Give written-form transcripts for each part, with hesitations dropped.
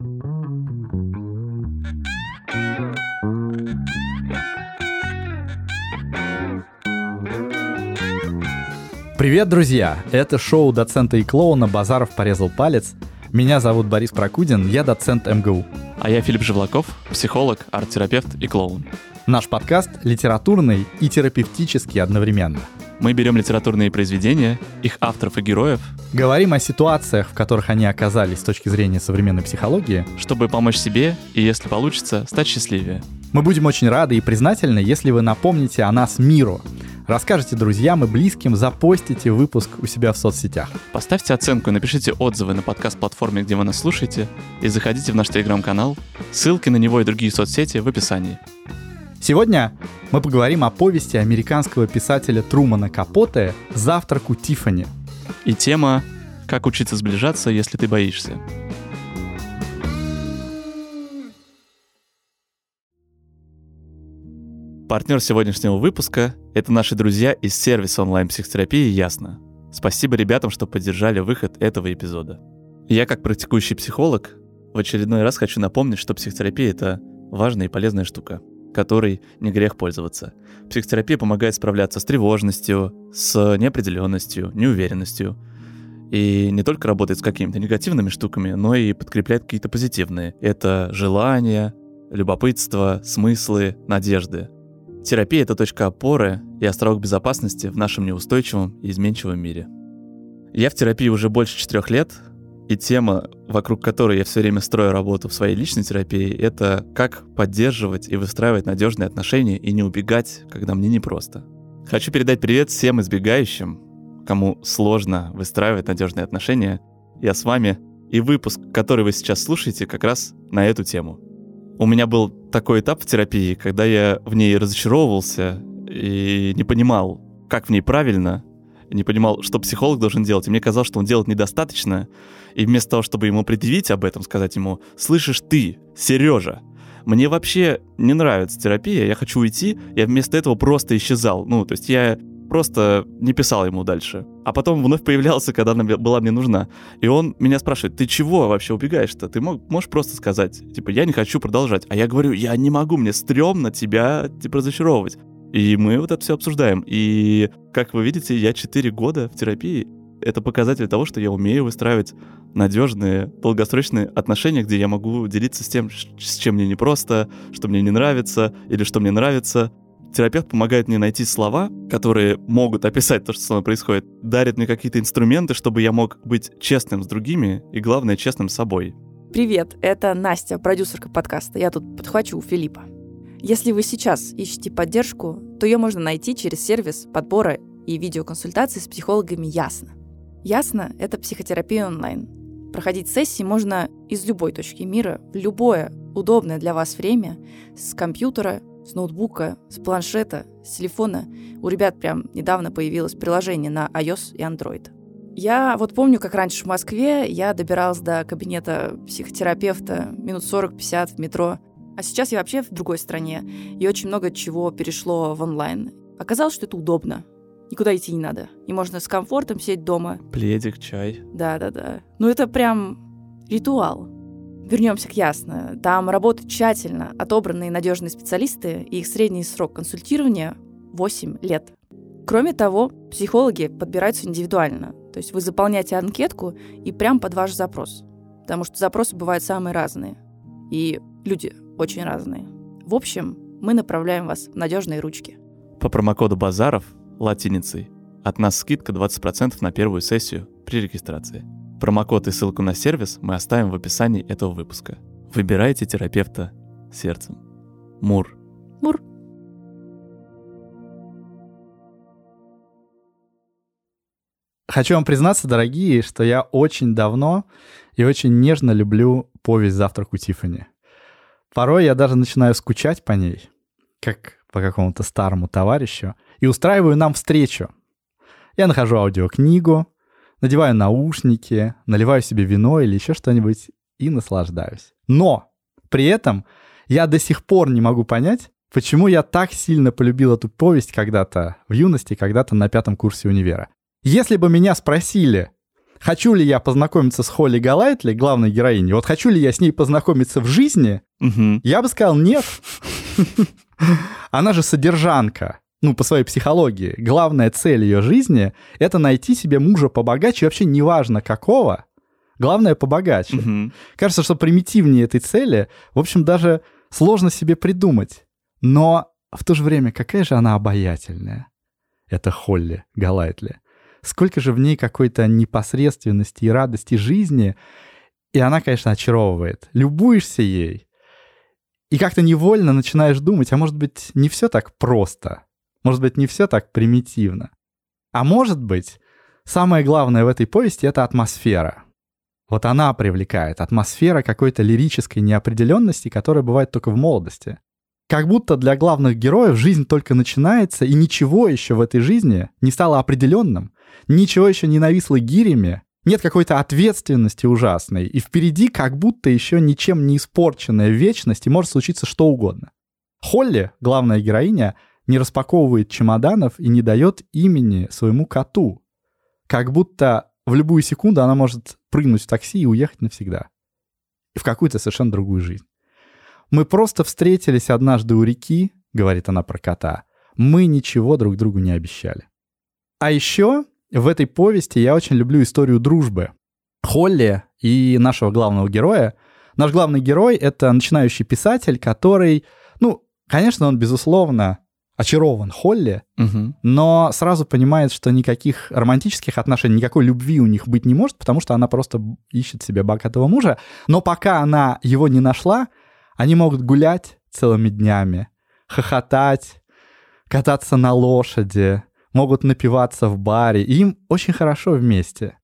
Привет, друзья! Это шоу доцента и клоуна «Базаров порезал палец». Меня зовут Борис Прокудин, я доцент МГУ. А я Филипп Живлаков, психолог, арт-терапевт и клоун. Наш подкаст литературный и терапевтический одновременно. Мы берем литературные произведения, их авторов и героев, говорим о ситуациях, в которых они оказались с точки зрения современной психологии, чтобы помочь себе и, если получится, стать счастливее. Мы будем очень рады и признательны, если вы напомните о нас миру. Расскажите друзьям и близким, запостите выпуск у себя в соцсетях. Поставьте оценку и напишите отзывы на подкаст-платформе, где вы нас слушаете, и заходите в наш телеграм-канал. Ссылки на него и другие соцсети в описании. Сегодня мы поговорим о повести американского писателя Трумана Капоте «Завтрак у Тиффани». И тема «Как учиться сближаться, если ты боишься». Партнер сегодняшнего выпуска — это наши друзья из сервиса онлайн-психотерапии «Ясно». Спасибо ребятам, что поддержали выход этого эпизода. Я, как практикующий психолог, в очередной раз хочу напомнить, что психотерапия — это важная и полезная штука, которой не грех пользоваться. Психотерапия помогает справляться с тревожностью, с неопределенностью, неуверенностью. И не только работает с какими-то негативными штуками, но и подкрепляет какие-то позитивные. Это желания, любопытство, смыслы, надежды. Терапия — это точка опоры и островок безопасности в нашем неустойчивом и изменчивом мире. Я в терапии уже больше 4 лет, и тема, вокруг которой я все время строю работу в своей личной терапии, это как поддерживать и выстраивать надежные отношения и не убегать, когда мне непросто. Хочу передать привет всем избегающим, кому сложно выстраивать надежные отношения. Я с вами, и выпуск, который вы сейчас слушаете, как раз на эту тему. У меня был такой этап в терапии, когда я в ней разочаровывался и не понимал, как в ней правильно, не понимал, что психолог должен делать, и мне казалось, что он делает недостаточно, и вместо того, чтобы ему предъявить об этом, сказать ему: «Слышишь ты, Сережа, мне вообще не нравится терапия, я хочу уйти», я вместо этого просто исчезал. То есть я просто не писал ему дальше. А потом вновь появлялся, когда она была мне нужна. И он меня спрашивает: ты чего вообще убегаешь-то? Ты можешь просто сказать, я не хочу продолжать. А я говорю: я не могу, мне стрёмно тебя, разочаровывать. И мы вот это все обсуждаем. И, как вы видите, я 4 года в терапии. Это показатель того, что я умею выстраивать надежные, долгосрочные отношения, где я могу делиться с тем, с чем мне непросто, что мне не нравится или что мне нравится. Терапевт помогает мне найти слова, которые могут описать то, что со мной происходит, дарит мне какие-то инструменты, чтобы я мог быть честным с другими и, главное, честным с собой. Привет, это Настя, продюсерка подкаста. Я тут подхвачу у Филиппа. Если вы сейчас ищете поддержку, то ее можно найти через сервис подбора и видеоконсультаций с психологами «Ясно». «Ясно» — это психотерапия онлайн. Проходить сессии можно из любой точки мира, в любое удобное для вас время, с компьютера, с ноутбука, с планшета, с телефона. У ребят прям недавно появилось приложение на iOS и Android. Я помню, как раньше в Москве я добиралась до кабинета психотерапевта минут 40-50 в метро. А сейчас я вообще в другой стране, и очень много чего перешло в онлайн. Оказалось, что это удобно. Никуда идти не надо. И можно с комфортом сидеть дома. Пледик, чай. Да. Это прям ритуал. Вернемся к «Ясно». Там работают тщательно отобранные надежные специалисты, и их средний срок консультирования — 8 лет. Кроме того, психологи подбираются индивидуально. То есть вы заполняете анкетку и прям под ваш запрос. Потому что запросы бывают самые разные. И люди очень разные. В общем, мы направляем вас в надежные ручки. По промокоду «Базаров» латиницей от нас скидка 20% на первую сессию при регистрации. Промокод и ссылку на сервис мы оставим в описании этого выпуска. Выбирайте терапевта сердцем. Мур. Мур. Хочу вам признаться, дорогие, что я очень давно и очень нежно люблю повесть «Завтрак у Тиффани». Порой я даже начинаю скучать по ней, как по какому-то старому товарищу, и устраиваю нам встречу. Я нахожу аудиокнигу, надеваю наушники, наливаю себе вино или еще что-нибудь и наслаждаюсь. Но при этом я до сих пор не могу понять, почему я так сильно полюбил эту повесть когда-то в юности, когда-то на 5 курсе универа. Если бы меня спросили, хочу ли я познакомиться с Холли Голайтли, главной героиней, вот хочу ли я с ней познакомиться в жизни, я бы сказал нет. Она же содержанка, по своей психологии. Главная цель ее жизни — это найти себе мужа побогаче, вообще неважно какого, главное побогаче. Кажется, что примитивнее этой цели, в общем, даже сложно себе придумать. Но в то же время, какая же она обаятельная, эта Холли Голайтли. Сколько же в ней какой-то непосредственности и радости жизни, и она, конечно, очаровывает. Любуешься ей, и как-то невольно начинаешь думать, а может быть, не все так просто, может быть, не все так примитивно. А может быть, самое главное в этой повести — это атмосфера. Вот она привлекает, атмосфера какой-то лирической неопределенности, которая бывает только в молодости. Как будто для главных героев жизнь только начинается, и ничего еще в этой жизни не стало определенным, ничего еще не нависло гирями, нет какой-то ответственности ужасной, и впереди как будто еще ничем не испорченная вечность, и может случиться что угодно. Холли, главная героиня, не распаковывает чемоданов и не дает имени своему коту. Как будто в любую секунду она может прыгнуть в такси и уехать навсегда. И в какую-то совершенно другую жизнь. «Мы просто встретились однажды у реки», — говорит она про кота. «Мы ничего друг другу не обещали». А еще в этой повести я очень люблю историю дружбы Холли и нашего главного героя. Наш главный герой — это начинающий писатель, который, конечно, он, безусловно, очарован Холли, но сразу понимает, что никаких романтических отношений, никакой любви у них быть не может, потому что она просто ищет себе богатого мужа. Но пока она его не нашла, они могут гулять целыми днями, хохотать, кататься на лошади, могут напиваться в баре, и им очень хорошо вместе.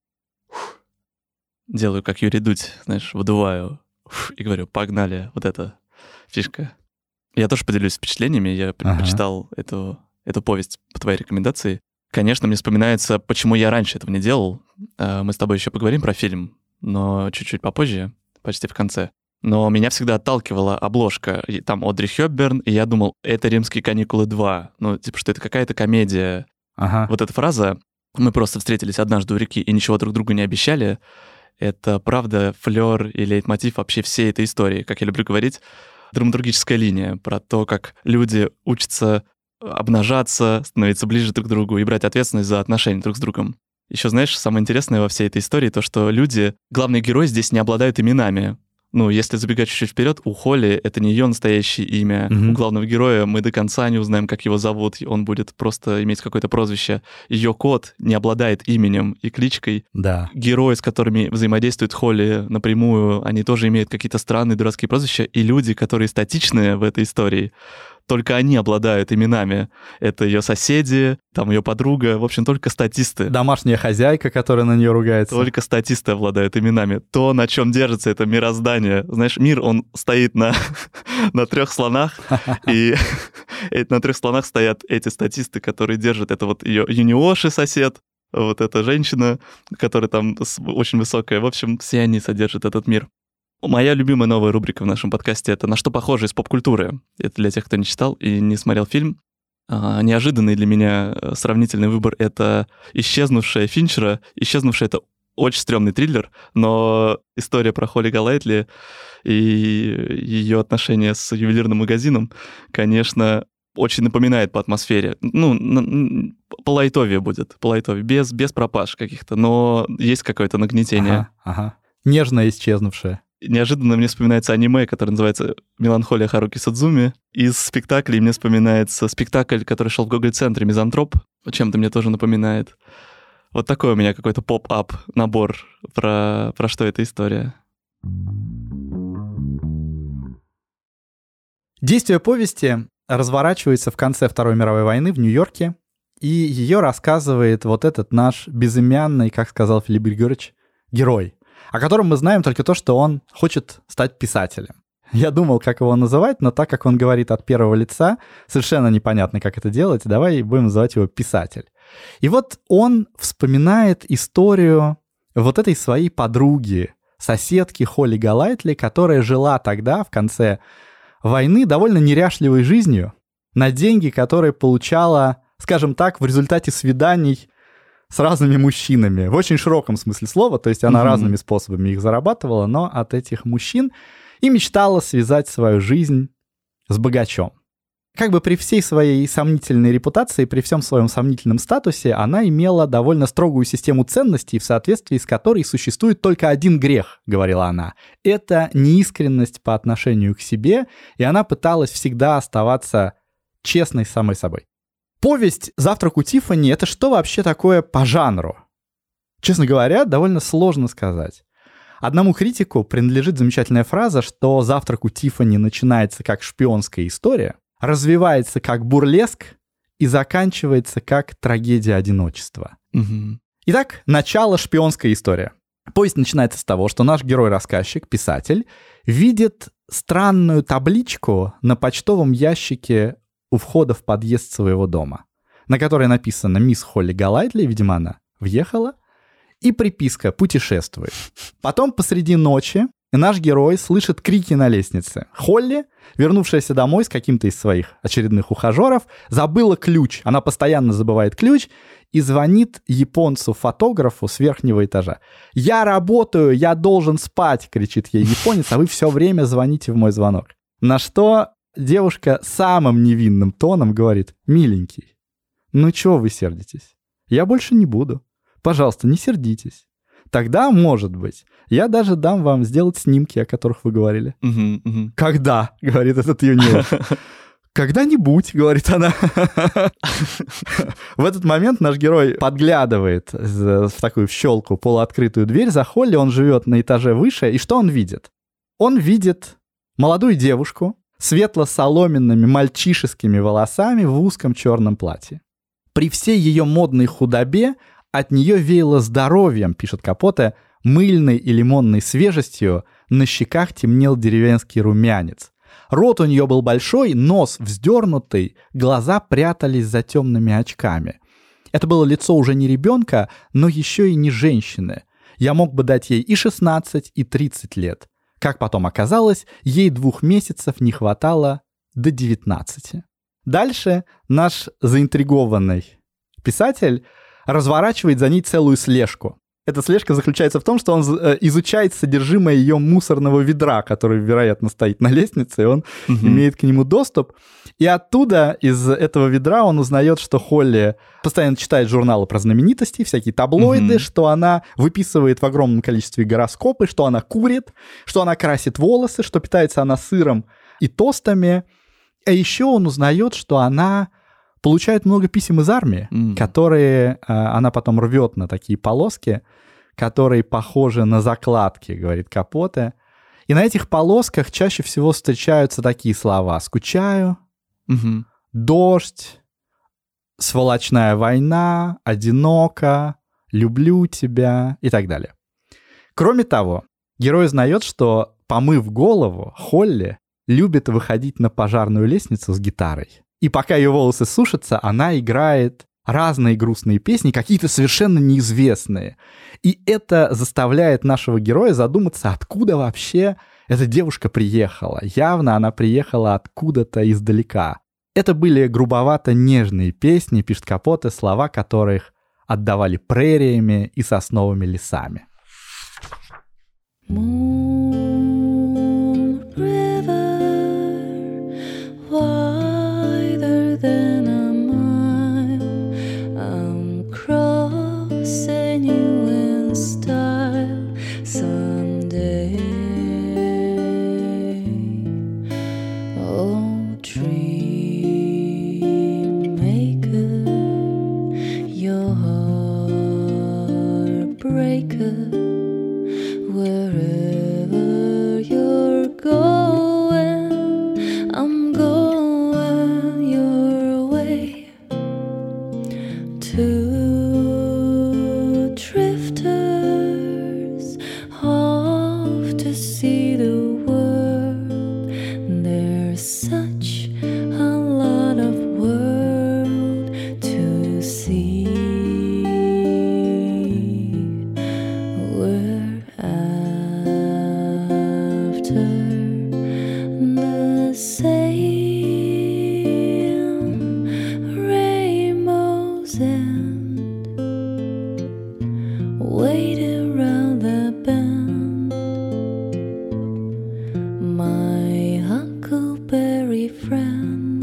Делаю, как Юрий Дудь, выдуваю и говорю, погнали, вот эта фишка. Я тоже поделюсь впечатлениями, я прочитал эту повесть по твоей рекомендации. Конечно, мне вспоминается, почему я раньше этого не делал. Мы с тобой еще поговорим про фильм, но чуть-чуть попозже, почти в конце. Но меня всегда отталкивала обложка. И там Одри Хёпберн, и я думал, это «Римские каникулы 2». Что это какая-то комедия. Вот эта фраза «Мы просто встретились однажды у реки и ничего друг другу не обещали» — это, правда, флёр и лейтмотив вообще всей этой истории. Как я люблю говорить, драматургическая линия про то, как люди учатся обнажаться, становиться ближе друг к другу и брать ответственность за отношения друг с другом. Еще, самое интересное во всей этой истории то, что люди, главные герои здесь не обладают именами. Если забегать чуть-чуть вперед, у Холли это не ее настоящее имя. У главного героя мы до конца не узнаем, как его зовут. Он будет просто иметь какое-то прозвище. Ее кот не обладает именем и кличкой. Да. Герои, с которыми взаимодействует Холли напрямую, они тоже имеют какие-то странные дурацкие прозвища. И люди, которые статичные в этой истории, только они обладают именами. Это ее соседи, ее подруга, в общем, только статисты. Домашняя хозяйка, которая на нее ругается. Только статисты обладают именами. То, на чем держится это мироздание. Мир, он стоит на 3 слонах, и на 3 слонах стоят эти статисты, которые держат. Это вот ее юниоши сосед, вот эта женщина, которая там очень высокая. В общем, все они содержат этот мир. Моя любимая новая рубрика в нашем подкасте — это «На что похоже из поп-культуры». Это для тех, кто не читал и не смотрел фильм. Неожиданный для меня сравнительный выбор — это «Исчезнувшая» Финчера. «Исчезнувшая» — это очень стрёмный триллер, но история про Холли Голайтли и ее отношения с ювелирным магазином, конечно, очень напоминает по атмосфере. По лайтове будет, по лайтове, без пропаж каких-то, но есть какое-то нагнетение. Нежная исчезнувшая. Неожиданно мне вспоминается аниме, которое называется «Меланхолия Харуки Судзуми». Из спектаклей мне вспоминается спектакль, который шел в Гоголь-центре «Мизантроп». Чем-то мне тоже напоминает. Вот такой у меня какой-то поп-ап набор про что эта история. Действие повести разворачивается в конце Второй мировой войны в Нью-Йорке, и ее рассказывает вот этот наш безымянный, как сказал Филипп Григорьевич, герой, о котором мы знаем только то, что он хочет стать писателем. Я думал, как его называть, но так как он говорит от первого лица, совершенно непонятно, как это делать, давай будем называть его писатель. И вот он вспоминает историю вот этой своей подруги, соседки Холли Голайтли, которая жила тогда, в конце войны, довольно неряшливой жизнью, на деньги, которые получала, скажем так, в результате свиданий с разными мужчинами, в очень широком смысле слова, то есть она разными способами их зарабатывала, но от этих мужчин и мечтала связать свою жизнь с богачом. Как бы при всей своей сомнительной репутации, при всем своем сомнительном статусе, она имела довольно строгую систему ценностей, в соответствии с которой существует только один грех, говорила она. Это неискренность по отношению к себе, и она пыталась всегда оставаться честной с самой собой. Повесть «Завтрак у Тиффани» — это что вообще такое по жанру? Честно говоря, довольно сложно сказать. Одному критику принадлежит замечательная фраза, что «Завтрак у Тиффани» начинается как шпионская история, развивается как бурлеск и заканчивается как трагедия одиночества. Итак, начало шпионской истории. Повесть начинается с того, что наш герой-рассказчик, писатель, видит странную табличку на почтовом ящике у входа в подъезд своего дома, на которой написано «Мисс Холли Голайтли», видимо, она въехала, и приписка «Путешествует». Потом посреди ночи наш герой слышит крики на лестнице. Холли, вернувшаяся домой с каким-то из своих очередных ухажеров, забыла ключ. Она постоянно забывает ключ и звонит японцу-фотографу с верхнего этажа. «Я работаю, я должен спать!» — кричит ей японец, «а вы все время звоните в мой звонок». На что девушка самым невинным тоном говорит: «Миленький, ну чего вы сердитесь? Я больше не буду. Пожалуйста, не сердитесь. Тогда, может быть, я даже дам вам сделать снимки, о которых вы говорили». «Когда?» — говорит этот юниор. «Когда-нибудь», — говорит она. В этот момент наш герой подглядывает в такую щелку полуоткрытую дверь за Холли, он живет на этаже выше, и что он видит? Он видит молодую девушку, светло-соломенными мальчишескими волосами в узком черном платье. При всей ее модной худобе от нее веяло здоровьем, пишет Капоте, мыльной и лимонной свежестью, на щеках темнел деревенский румянец. Рот у нее был большой, нос вздернутый, глаза прятались за темными очками. Это было лицо уже не ребенка, но еще и не женщины. Я мог бы дать ей и 16, и 30 лет. Как потом оказалось, ей 2 месяцев не хватало до 19. Дальше наш заинтригованный писатель разворачивает за ней целую слежку. Эта слежка заключается в том, что он изучает содержимое ее мусорного ведра, который, вероятно, стоит на лестнице, и он имеет к нему доступ. И оттуда, из этого ведра, он узнает, что Холли постоянно читает журналы про знаменитости, всякие таблоиды, что она выписывает в огромном количестве гороскопы, что она курит, что она красит волосы, что питается она сыром и тостами. А еще он узнает, что она получает много писем из армии, которые она потом рвет на такие полоски, которые похожи на закладки, говорит Капоте. И на этих полосках чаще всего встречаются такие слова: «скучаю», «дождь», «сволочная война», «одиноко», «люблю тебя» и так далее. Кроме того, герой узнает, что, помыв голову, Холли любит выходить на пожарную лестницу с гитарой. И пока ее волосы сушатся, она играет разные грустные песни, какие-то совершенно неизвестные. И это заставляет нашего героя задуматься, откуда вообще эта девушка приехала. Явно она приехала откуда-то издалека. Это были грубовато нежные песни, пишет Капоте, слова которых отдавали прериями и сосновыми лесами. my huckleberry friend,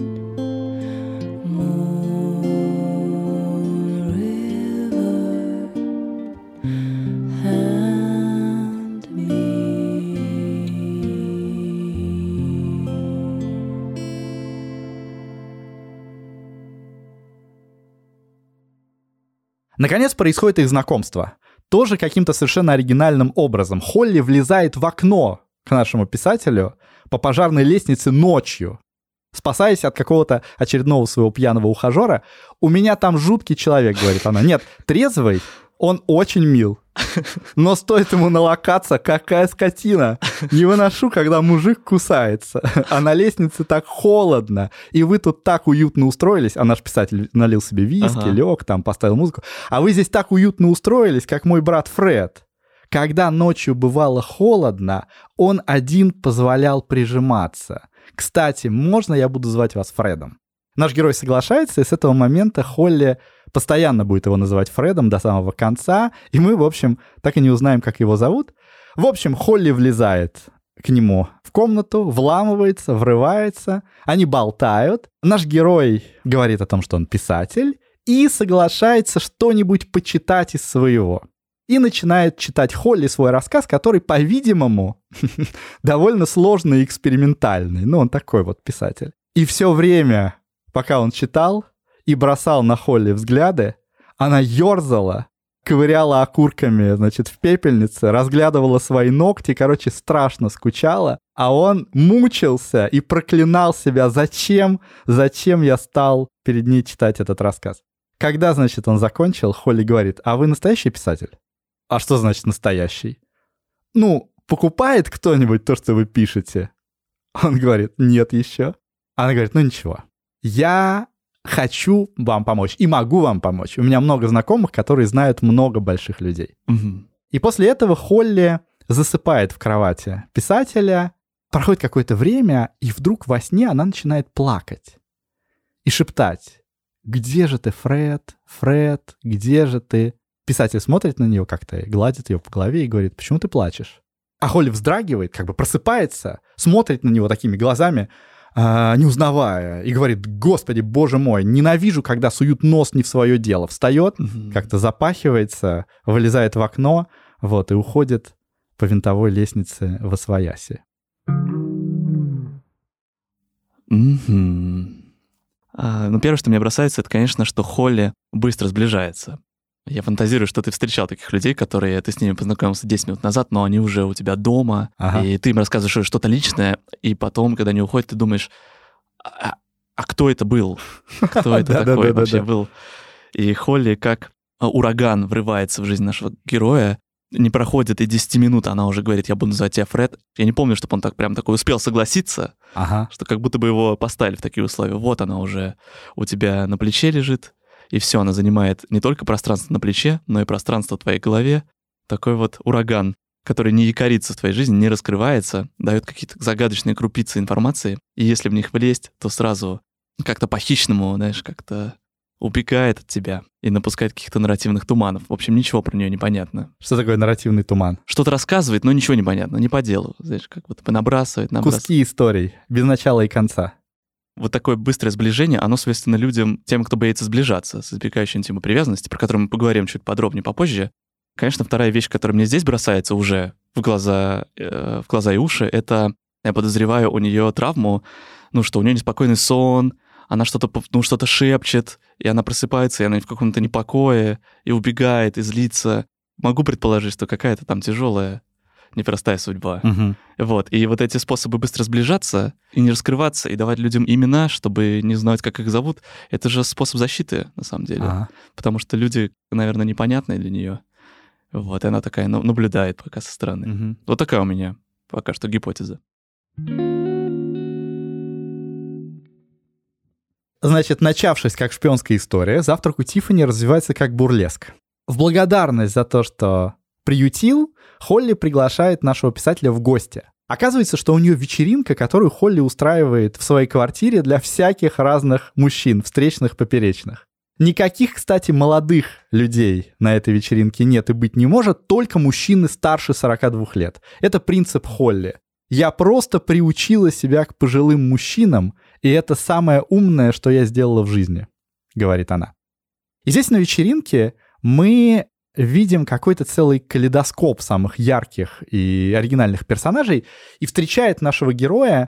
Moon River and me. Наконец происходит их знакомство. Тоже каким-то совершенно оригинальным образом. Холли влезает в окно к нашему писателю по пожарной лестнице ночью, спасаясь от какого-то очередного своего пьяного ухажера. «У меня там жуткий человек», — говорит она. Нет, трезвый, он очень мил. Но стоит ему налокаться, какая скотина. Не выношу, когда мужик кусается. А на лестнице так холодно. И вы тут так уютно устроились. А наш писатель налил себе виски, лег, там поставил музыку. А вы здесь так уютно устроились, как мой брат Фред. Когда ночью бывало холодно, он один позволял прижиматься. Кстати, можно я буду звать вас Фредом? Наш герой соглашается, и с этого момента Холли постоянно будет его называть Фредом до самого конца, и мы, в общем, так и не узнаем, как его зовут. В общем, Холли влезает к нему в комнату, вламывается, врывается, они болтают. Наш герой говорит о том, что он писатель, и соглашается что-нибудь почитать из своего. И начинает читать Холли свой рассказ, который, по-видимому, довольно сложный и экспериментальный. Ну, он такой вот писатель. И все время, пока он читал и бросал на Холли взгляды, она ерзала, ковыряла окурками, значит, в пепельнице, разглядывала свои ногти, короче, страшно скучала, а он мучился и проклинал себя, зачем я стал перед ней читать этот рассказ. Когда, значит, он закончил, Холли говорит: «А вы настоящий писатель?» «А что значит настоящий?» «Ну, покупает кто-нибудь то, что вы пишете?» Он говорит: «Нет еще». Она говорит: «Ну ничего, я хочу вам помочь и могу вам помочь. У меня много знакомых, которые знают много больших людей». И после этого Холли засыпает в кровати писателя. Проходит какое-то время, и вдруг во сне она начинает плакать и шептать: «Где же ты, Фред? Фред, где же ты?» Писатель смотрит на нее как-то, гладит ее по голове и говорит: «Почему ты плачешь?» А Холли вздрагивает, как бы просыпается, смотрит на него такими глазами, не узнавая, и говорит: «Господи, боже мой, ненавижу, когда суют нос не в свое дело». Встает, как-то запахивается, вылезает в окно, вот, и уходит по винтовой лестнице восвояси. Ну, первое, что мне бросается, это, конечно, что Холли быстро сближается. Я фантазирую, что ты встречал таких людей, которые ты с ними познакомился 10 минут назад, но они уже у тебя дома, и ты им рассказываешь что-то личное, и потом, когда они уходят, ты думаешь: а кто это был? Кто это такой вообще был? И Холли, как ураган, врывается в жизнь нашего героя. Не проходит и 10 минут, она уже говорит: «Я буду называть тебя Фред». Я не помню, чтобы он так прям такой успел согласиться, что как будто бы его поставили в такие условия. Вот она уже у тебя на плече лежит, и все, она занимает не только пространство на плече, но и пространство в твоей голове. Такой вот ураган, который не якорится в твоей жизни, не раскрывается, дает какие-то загадочные крупицы информации, и если в них влезть, то сразу как-то по-хищному, знаешь, как-то убегает от тебя и напускает каких-то нарративных туманов. В общем, ничего про нее не понятно. Что такое нарративный туман? Что-то рассказывает, но ничего не понятно, не по делу. Знаешь, как будто бы набрасывает. Куски историй, без начала и конца. Вот такое быстрое сближение, оно свойственно людям, тем, кто боится сближаться с избегающей тему привязанности, про которую мы поговорим чуть подробнее попозже. Конечно, вторая вещь, которая мне здесь бросается уже в глаза и уши, это, я подозреваю, у нее травму, что у нее неспокойный сон, она что-то шепчет, и она просыпается, и она в каком-то непокое, и убегает, и злится. Могу предположить, что какая-то там тяжелая, непростая судьба. Вот. И вот эти способы быстро сближаться и не раскрываться, и давать людям имена, чтобы не знать, как их зовут, это же способ защиты, на самом деле. Потому что люди, наверное, непонятные для нее. Вот. И она такая наблюдает пока со стороны. Вот такая у меня пока что гипотеза. Значит, начавшись как шпионская история, «Завтрак у Тиффани» развивается как бурлеск. В благодарность за то, что приютил, Холли приглашает нашего писателя в гости. Оказывается, что у нее вечеринка, которую Холли устраивает в своей квартире для всяких разных мужчин, встречных, поперечных. Никаких, кстати, молодых людей на этой вечеринке нет и быть не может, только мужчины старше 42 лет. Это принцип Холли. Я просто приучила себя к пожилым мужчинам, и это самое умное, что я сделала в жизни, говорит она. И здесь на вечеринке мы видим какой-то целый калейдоскоп самых ярких и оригинальных персонажей, и встречает нашего героя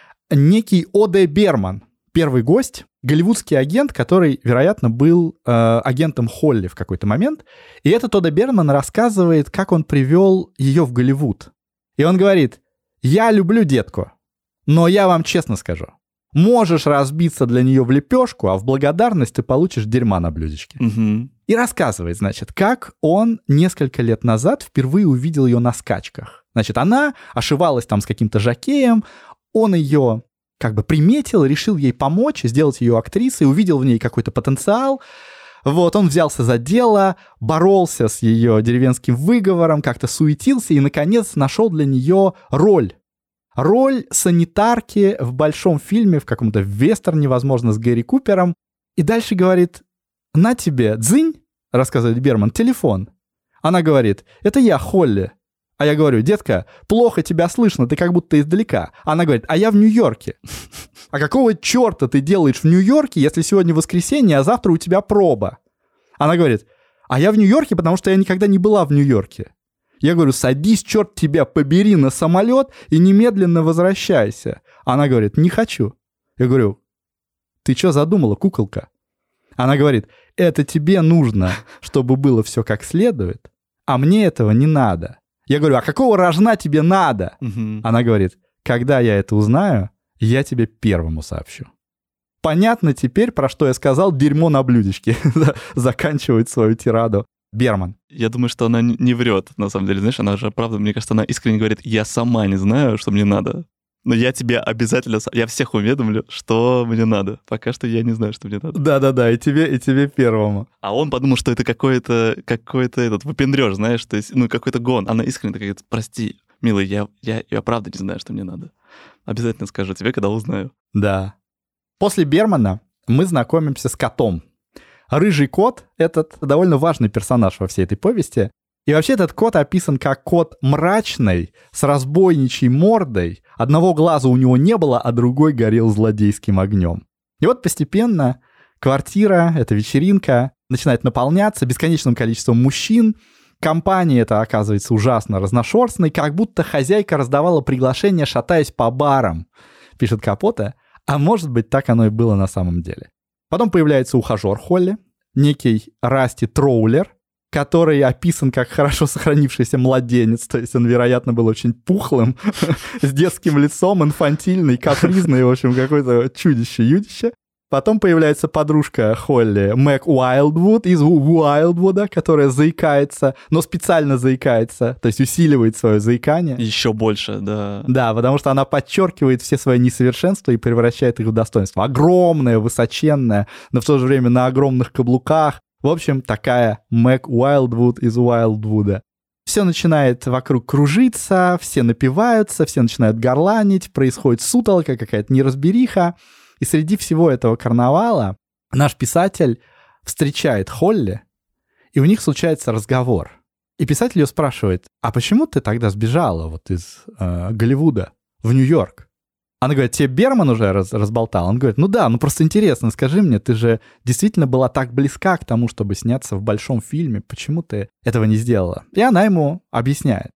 некий О.Д. Берман, первый гость, голливудский агент, который, вероятно, был агентом Холли в какой-то момент. И этот О.Д. Берман рассказывает, как он привел ее в Голливуд. И он говорит: «Я люблю детку, но я вам честно скажу, можешь разбиться для нее в лепешку, а в благодарность ты получишь дерьма на блюдечке». Мгм. И рассказывает, значит, как он несколько лет назад впервые увидел ее на скачках. Значит, она ошивалась там с каким-то жокеем, он ее как бы приметил, решил ей помочь, сделать ее актрисой, увидел в ней какой-то потенциал. Вот, он взялся за дело, боролся с ее деревенским выговором, как-то суетился и, наконец, нашел для нее роль. Роль санитарки в большом фильме, в каком-то вестерне, возможно, с Гэри Купером. И дальше говорит: «На тебе, дзынь», рассказывает Берман, «телефон». Она говорит: «Это я, Холли». А я говорю: «Детка, плохо тебя слышно, ты как будто издалека». Она говорит: «А я в Нью-Йорке». «А какого черта ты делаешь в Нью-Йорке, если сегодня воскресенье, а завтра у тебя проба?» Она говорит: «А я в Нью-Йорке, потому что я никогда не была в Нью-Йорке». Я говорю: «Садись, черт тебя побери, на самолет и немедленно возвращайся». Она говорит: «Не хочу». Я говорю: «Ты что задумала, куколка?» Она говорит: «Это тебе нужно, чтобы было все как следует, а мне этого не надо». Я говорю: «А какого рожна тебе надо?» Мгм. Она говорит: «Когда я это узнаю, я тебе первому сообщу». Понятно теперь, про что я сказал «дерьмо на блюдечке». Заканчивает свою тираду Берман. Я думаю, что она не врет, на самом деле. Знаешь, она же, правда, мне кажется, она искренне говорит: я сама не знаю, что мне надо. Но я тебе обязательно... Я всех уведомлю, что мне надо. Пока что я не знаю, что мне надо. Да-да-да, и тебе первому. А он подумал, что это какой-то этот выпендрёж, знаешь, то есть, какой-то гон. Она искренне такая говорит: прости, милый, я правда не знаю, что мне надо. Обязательно скажу тебе, когда узнаю. Да. После Бермана мы знакомимся с котом. Рыжий кот — этот довольно важный персонаж во всей этой повести. И вообще этот кот описан как кот мрачный, с разбойничьей мордой. Одного глаза у него не было, а другой горел злодейским огнем. И вот постепенно квартира, эта вечеринка начинает наполняться бесконечным количеством мужчин. Компания эта оказывается ужасно разношерстной, как будто хозяйка раздавала приглашения, шатаясь по барам, пишет Капоте. А может быть, так оно и было на самом деле. Потом появляется ухажер Холли, некий Расти Троулер, который описан как хорошо сохранившийся младенец, то есть он, вероятно, был очень пухлым, с детским лицом, инфантильный, капризный, в общем, какое-то чудище-юдище. Потом появляется подружка Холли, Мэг Уайлдвуд из Уайлдвуда, которая заикается, но специально заикается, то есть усиливает свое заикание. Еще больше, да. Да, потому что она подчеркивает все свои несовершенства и превращает их в достоинство. Огромная, высоченная, но в то же время на огромных каблуках. В общем, такая Мэг Уайлдвуд из Уайлдвуда. Все начинает вокруг кружиться, все напиваются, все начинают горланить, происходит сутолка, какая-то неразбериха. И среди всего этого карнавала наш писатель встречает Холли, и у них случается разговор. И писатель ее спрашивает: «А почему ты тогда сбежала вот из Голливуда в Нью-Йорк?» Она говорит: «Тебе Берман уже разболтал?» Он говорит: «Ну да, просто интересно, скажи мне, ты же действительно была так близка к тому, чтобы сняться в большом фильме, почему ты этого не сделала?» И она ему объясняет.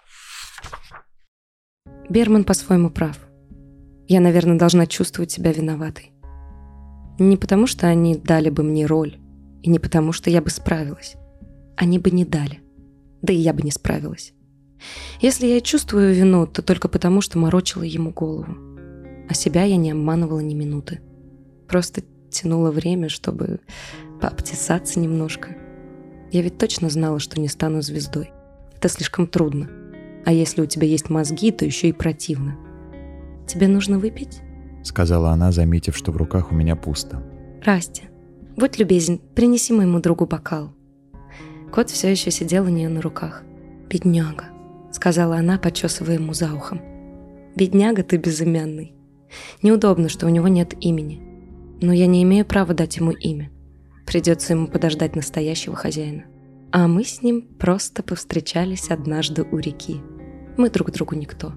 Берман по-своему прав. Я, наверное, должна чувствовать себя виноватой. Не потому, что они дали бы мне роль, и не потому, что я бы справилась. Они бы не дали. Да и я бы не справилась. Если я и чувствую вину, то только потому, что морочила ему голову. А себя я не обманывала ни минуты. Просто тянула время, чтобы пообтесаться немножко. Я ведь точно знала, что не стану звездой. Это слишком трудно. А если у тебя есть мозги, то еще и противно. «Тебе нужно выпить?» — сказала она, заметив, что в руках у меня пусто. «Расти, будь любезен, принеси моему другу бокал». Кот все еще сидел у нее на руках. «Бедняга», — сказала она, почесывая ему за ухом. «Бедняга ты безымянный. Неудобно, что у него нет имени. Но я не имею права дать ему имя. Придется ему подождать настоящего хозяина. А мы с ним просто повстречались однажды у реки. Мы друг другу никто.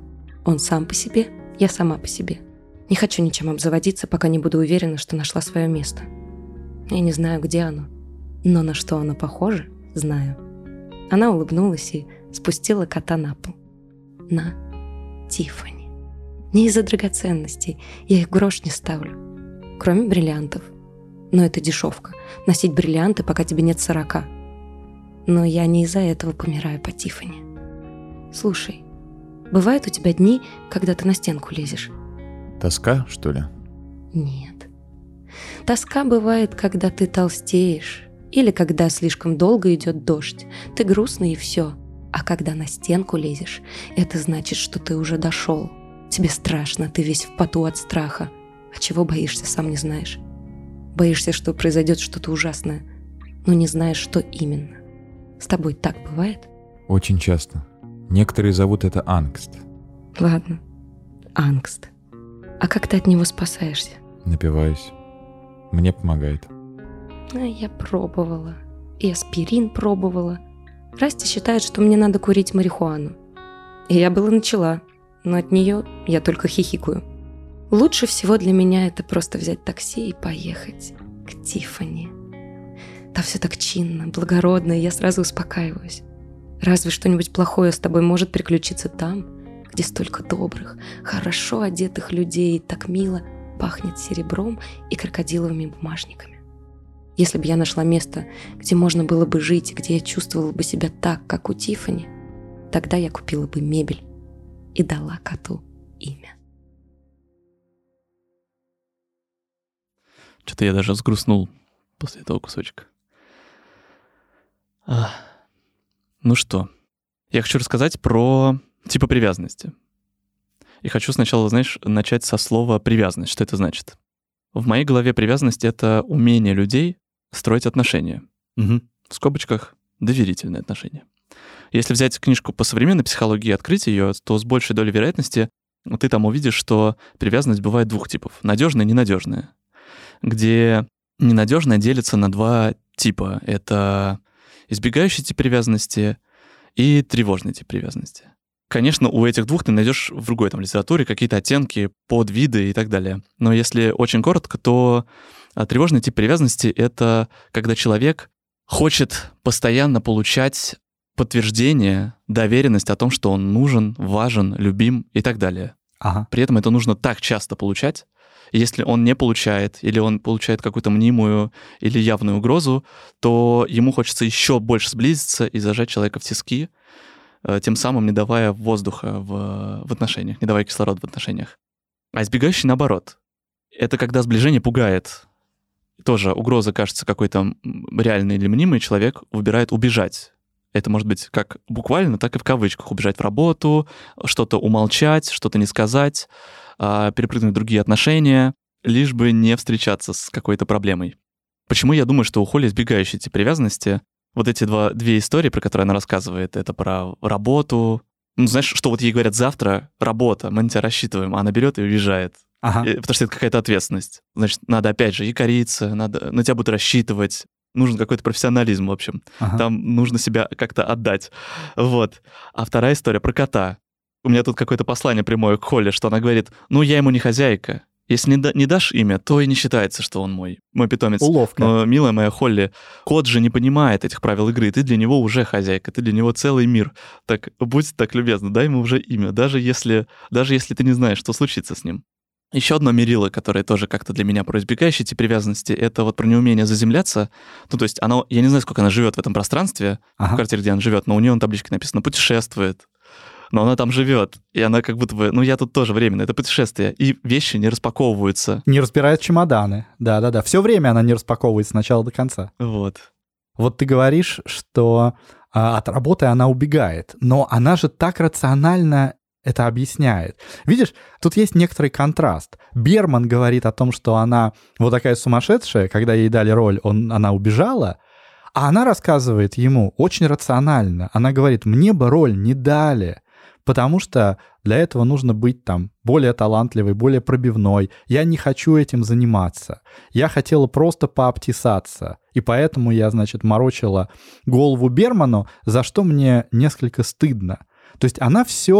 Он сам по себе, я сама по себе. Не хочу ничем обзаводиться, пока не буду уверена, что нашла свое место. Я не знаю, где оно, но на что оно похоже, знаю. Она улыбнулась и спустила кота на пол. На Тиффани. Не из-за драгоценностей, я их грош не ставлю. Кроме бриллиантов. Но это дешевка. Носить бриллианты, пока тебе нет 40. Но я не из-за этого помираю по Тиффани. Слушай, бывают у тебя дни, когда ты на стенку лезешь? Тоска, что ли? Нет. Тоска бывает, когда ты толстеешь, или когда слишком долго идет дождь. Ты грустный и все. А когда на стенку лезешь, это значит, что ты уже дошел. Тебе страшно, ты весь в поту от страха. А чего боишься, сам не знаешь. Боишься, что произойдет что-то ужасное, но не знаешь, что именно. С тобой так бывает? Очень часто. Некоторые зовут это ангст. Ладно, ангст. А как ты от него спасаешься? Напиваюсь. Мне помогает. Я пробовала. И аспирин пробовала. Расти считает, что мне надо курить марихуану. И я было начала, но от нее я только хихикаю. Лучше всего для меня это просто взять такси и поехать к Тиффани. Там все так чинно, благородно, и я сразу успокаиваюсь. Разве что-нибудь плохое с тобой может приключиться там, где столько добрых, хорошо одетых людей, и так мило пахнет серебром и крокодиловыми бумажниками. Если бы я нашла место, где можно было бы жить, где я чувствовала бы себя так, как у Тиффани, тогда я купила бы мебель и дала коту имя. Что-то я даже взгрустнул после этого кусочка. Ну что, я хочу рассказать про типы привязанности. И хочу сначала, начать со слова «привязанность». Что это значит? В моей голове привязанность — это умение людей строить отношения. В скобочках доверительные отношения. Если взять книжку по современной психологии и открыть ее, то с большей долей вероятности ты там увидишь, что привязанность бывает двух типов — надежная и ненадежная. Где ненадежная делится на два типа. Это избегающий тип привязанности и тревожный тип привязанности. Конечно, у этих двух ты найдешь в другой литературе какие-то оттенки, подвиды и так далее. Но если очень коротко, то тревожный тип привязанности — это когда человек хочет постоянно получать подтверждение, доверенность о том, что он нужен, важен, любим и так далее. При этом это нужно так часто получать. И если он не получает, или он получает какую-то мнимую или явную угрозу, то ему хочется еще больше сблизиться и зажать человека в тиски, тем самым не давая воздуха в отношениях, не давая кислорода в отношениях. А избегающий наоборот. Это когда сближение пугает. Тоже угроза кажется какой-то реальной или мнимой, человек выбирает убежать. Это может быть как буквально, так и в кавычках. Убежать в работу, что-то умолчать, что-то не сказать, перепрыгнуть в другие отношения, лишь бы не встречаться с какой-то проблемой. Почему я думаю, что у Холли избегающий тип привязанности? Вот эти две истории, про которые она рассказывает, это про работу. Знаешь, что вот ей говорят: завтра работа, мы на тебя рассчитываем, а она берет и уезжает. Потому что это какая-то ответственность. Значит, надо опять же якориться, надо на тебя будут рассчитывать. Нужен какой-то профессионализм, в общем. Там нужно себя как-то отдать. Вот. А вторая история про кота. У меня тут какое-то послание прямое к Холли, что она говорит: я ему не хозяйка. Если не дашь имя, то и не считается, что он мой питомец. Уловка. Но, милая моя Холли, кот же не понимает этих правил игры. Ты для него уже хозяйка, ты для него целый мир. Так будь так любезна, дай ему уже имя, даже если ты не знаешь, что случится с ним. Еще одно мерило, которое тоже как-то для меня про избегающий тип привязанности, это вот про неумение заземляться. То есть я не знаю, сколько она живет в этом пространстве, в квартире, где она живет, но у нее на табличке написано «путешествует». Но она там живет, и она как будто бы, я тут тоже временно, это путешествие, и вещи не распаковываются. Не разбирает чемоданы, да-да-да. Все время она не распаковывает с начала до конца. Вот ты говоришь, что от работы она убегает, но она же так рационально это объясняет. Видишь, тут есть некоторый контраст. Берман говорит о том, что она вот такая сумасшедшая, когда ей дали роль, она убежала, а она рассказывает ему очень рационально. Она говорит: мне бы роль не дали, потому что для этого нужно быть более талантливой, более пробивной. Я не хочу этим заниматься. Я хотела просто пообтесаться. И поэтому я, морочила голову Берману, за что мне несколько стыдно. То есть она все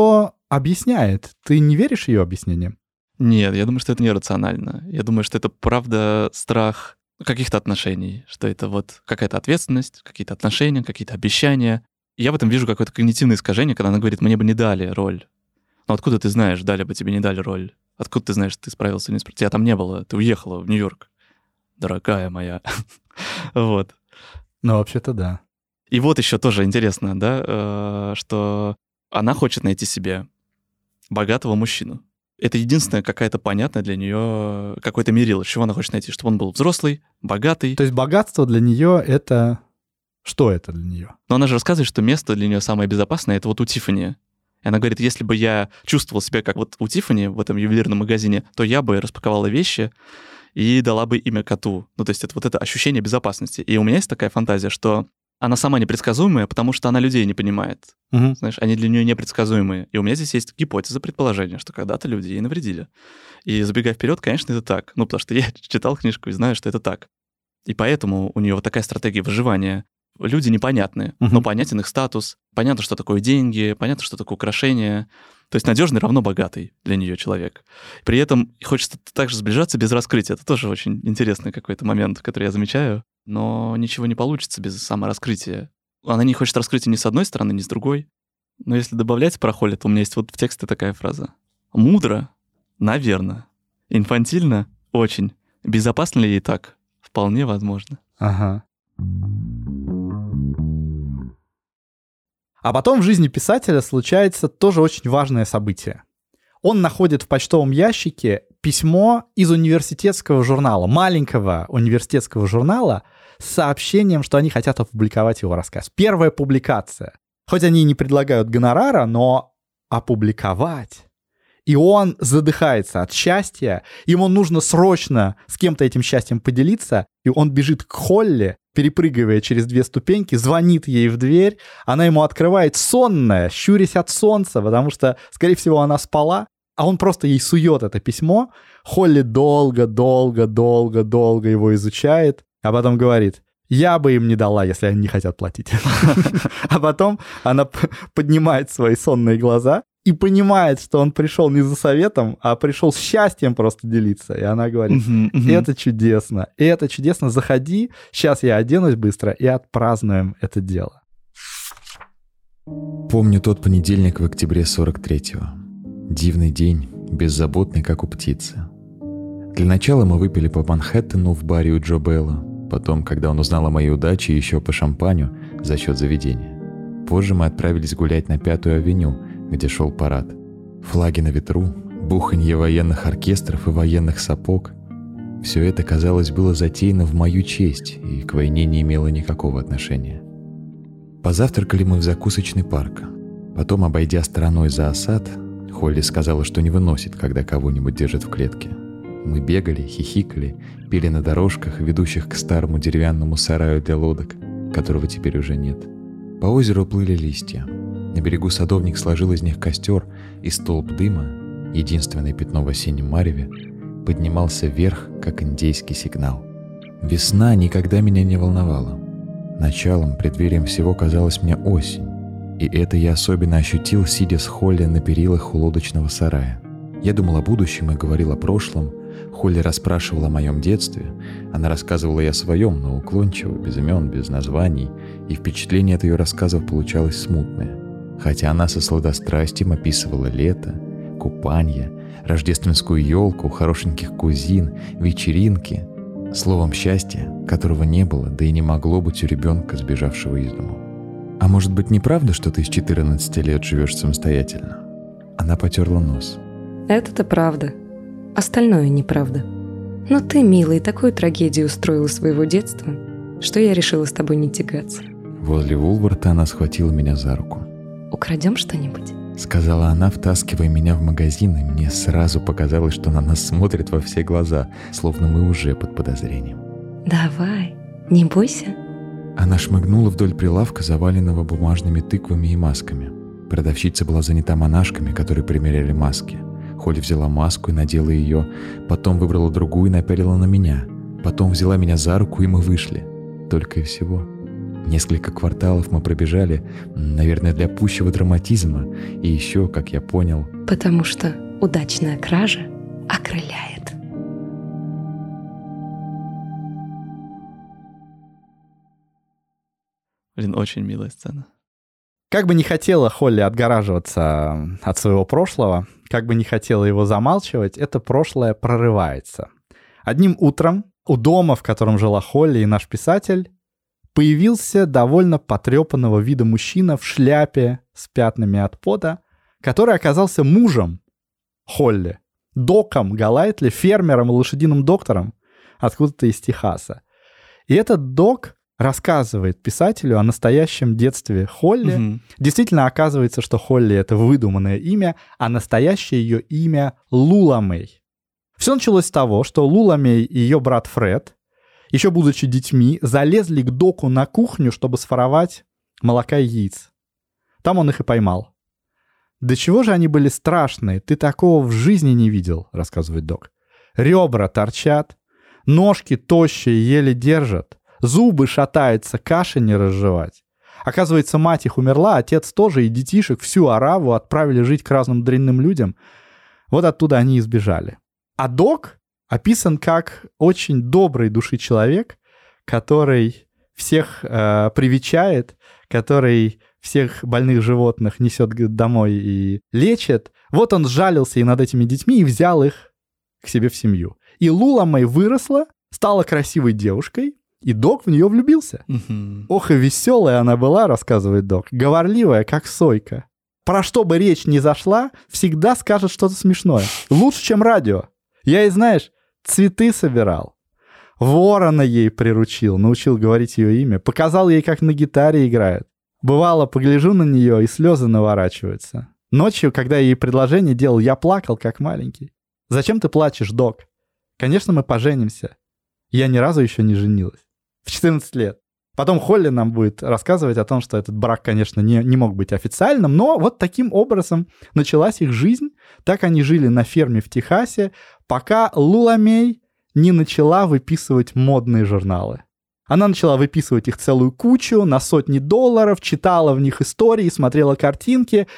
объясняет. Ты не веришь ее объяснениям? Нет, я думаю, что это нерационально. Я думаю, что это правда страх каких-то отношений, что это вот какая-то ответственность, какие-то отношения, какие-то обещания. Я в этом вижу какое-то когнитивное искажение, когда она говорит, мне бы не дали роль. Но откуда ты знаешь, дали бы тебе, не дали роль? Откуда ты знаешь, что ты справился или не справился? Тебя там не было, ты уехала в Нью-Йорк, дорогая моя. Вот. Ну, вообще-то да. И вот еще тоже интересно, да, что она хочет найти себе богатого мужчину. Это единственное какая-то понятная для нее какое-то мерило, чего она хочет найти, чтобы он был взрослый, богатый. То есть богатство для нее это... Что это для нее? Но она же рассказывает, что место для нее самое безопасное — это вот у Тиффани. И она говорит, если бы я чувствовал себя как вот у Тиффани в этом ювелирном магазине, то я бы распаковала вещи и дала бы имя коту. Ну, то есть это вот это ощущение безопасности. И у меня есть такая фантазия, что она сама непредсказуемая, потому что она людей не понимает. Знаешь, они для нее непредсказуемые. И у меня здесь есть гипотеза, предположение, что когда-то люди ей навредили. И забегая вперед, конечно, это так. Ну, потому что я читал книжку и знаю, что это так. И поэтому у нее вот такая стратегия выживания. Люди непонятные, но понятен их статус, понятно, что такое деньги, понятно, что такое украшение. То есть надежный равно богатый для нее человек. При этом хочется также сближаться без раскрытия. Это тоже очень интересный какой-то момент, который я замечаю. Но ничего не получится без самораскрытия. Она не хочет раскрытия ни с одной стороны, ни с другой. Но если добавлять про Холли, то у меня есть вот в тексте такая фраза. Мудро? Наверное. Инфантильно? Очень. Безопасно ли ей так? Вполне возможно. Ага. А потом в жизни писателя случается тоже очень важное событие. Он находит в почтовом ящике письмо из университетского журнала, маленького университетского журнала, с сообщением, что они хотят опубликовать его рассказ. Первая публикация. Хоть они и не предлагают гонорара, но опубликовать. И он задыхается от счастья, ему нужно срочно с кем-то этим счастьем поделиться, и он бежит к Холли, перепрыгивая через 2 ступеньки, звонит ей в дверь, она ему открывает сонная, щурясь от солнца, потому что, скорее всего, она спала, а он просто ей сует это письмо. Холли долго его изучает, а потом говорит, я бы им не дала, если они не хотят платить. А потом она поднимает свои сонные глаза и понимает, что он пришел не за советом, а пришел с счастьем просто делиться. И она говорит, это чудесно, заходи, сейчас я оденусь быстро и отпразднуем это дело. Помню тот понедельник в октябре 43-го. Дивный день, беззаботный, как у птицы. Для начала мы выпили по Манхэттену в баре у Джо Белла. Потом, когда он узнал о моей удаче, еще по шампаню за счет заведения. Позже мы отправились гулять на 5-ю авеню, где шел парад. Флаги на ветру, буханье военных оркестров и военных сапог. Все это, казалось, было затеяно в мою честь и к войне не имело никакого отношения. Позавтракали мы в закусочный парк. Потом, обойдя стороной зоосад, Холли сказала, что не выносит, когда кого-нибудь держат в клетке. Мы бегали, хихикали, пили на дорожках, ведущих к старому деревянному сараю для лодок, которого теперь уже нет. По озеру плыли листья. На берегу садовник сложил из них костер, и столб дыма, единственное пятно в осеннем мареве, поднимался вверх, как индейский сигнал. Весна никогда меня не волновала. Началом, преддверием всего казалась мне осень. И это я особенно ощутил, сидя с Холли на перилах у лодочного сарая. Я думал о будущем и говорил о прошлом. Холли расспрашивала о моем детстве. Она рассказывала и о своем, но уклончиво, без имен, без названий. И впечатление от ее рассказов получалось смутное. Хотя она со сладострастием описывала лето, купанье, рождественскую елку, хорошеньких кузин, вечеринки. Словом, счастье, которого не было, да и не могло быть у ребенка, сбежавшего из дому. «А может быть, неправда, что ты с 14 лет живешь самостоятельно?» Она потерла нос. Это-то правда. Остальное неправда. Но ты, милый, такую трагедию устроила своего детства, что я решила с тобой не тягаться. Возле Вулварта она схватила меня за руку. «Украдем что-нибудь?» Сказала она, втаскивая меня в магазин, и мне сразу показалось, что на нас смотрит во все глаза, словно мы уже под подозрением. «Давай, не бойся». Она шмыгнула вдоль прилавка, заваленного бумажными тыквами и масками. Продавщица была занята монашками, которые примеряли маски. Холли взяла маску и надела ее, потом выбрала другую и напялила на меня. Потом взяла меня за руку, и мы вышли. Только и всего. Несколько кварталов мы пробежали, наверное, для пущего драматизма. И еще, как я понял... Потому что удачная кража окрыляет. Блин, очень милая сцена. Как бы не хотела Холли отгораживаться от своего прошлого, как бы не хотела его замалчивать, это прошлое прорывается. Одним утром у дома, в котором жила Холли и наш писатель, появился довольно потрепанного вида мужчина в шляпе с пятнами от пота, который оказался мужем Холли, Доком Голайтли, фермером и лошадиным доктором откуда-то из Техаса. И этот Док рассказывает писателю о настоящем детстве Холли. Мгм. Действительно оказывается, что Холли — это выдуманное имя, а настоящее ее имя — Лула Мэй. Все началось с того, что Лула Мэй и ее брат Фред, еще будучи детьми, залезли к Доку на кухню, чтобы своровать молока и яиц. Там он их и поймал. «Да чего же они были страшные, ты такого в жизни не видел», — рассказывает Док. «Ребра торчат, ножки тощие еле держат, зубы шатаются, каши не разжевать. Оказывается, мать их умерла, отец тоже, и детишек всю ораву отправили жить к разным дрянным людям. Вот оттуда они и сбежали. А Док описан как очень доброй души человек, который всех привечает, который всех больных животных несет домой и лечит. Вот он сжалился и над этими детьми и взял их к себе в семью. И Лула Мэй выросла, стала красивой девушкой, и Док в нее влюбился. Мгм. Ох, и веселая она была, рассказывает Док, говорливая, как сойка. Про что бы речь ни зашла, всегда скажет что-то смешное. Лучше, чем радио. Я и, знаешь, цветы собирал. Ворона ей приручил, научил говорить ее имя, показал ей, как на гитаре играет. Бывало, погляжу на нее, и слезы наворачиваются. Ночью, когда я ей предложение делал, я плакал, как маленький. Зачем ты плачешь, Док? Конечно, мы поженимся. Я ни разу еще не женилась. В 14 лет. Потом Холли нам будет рассказывать о том, что этот брак, конечно, не мог быть официальным, но вот таким образом началась их жизнь. Так они жили на ферме в Техасе, пока Лула Мэй не начала выписывать модные журналы. Она начала выписывать их целую кучу на сотни долларов, читала в них истории, смотрела картинки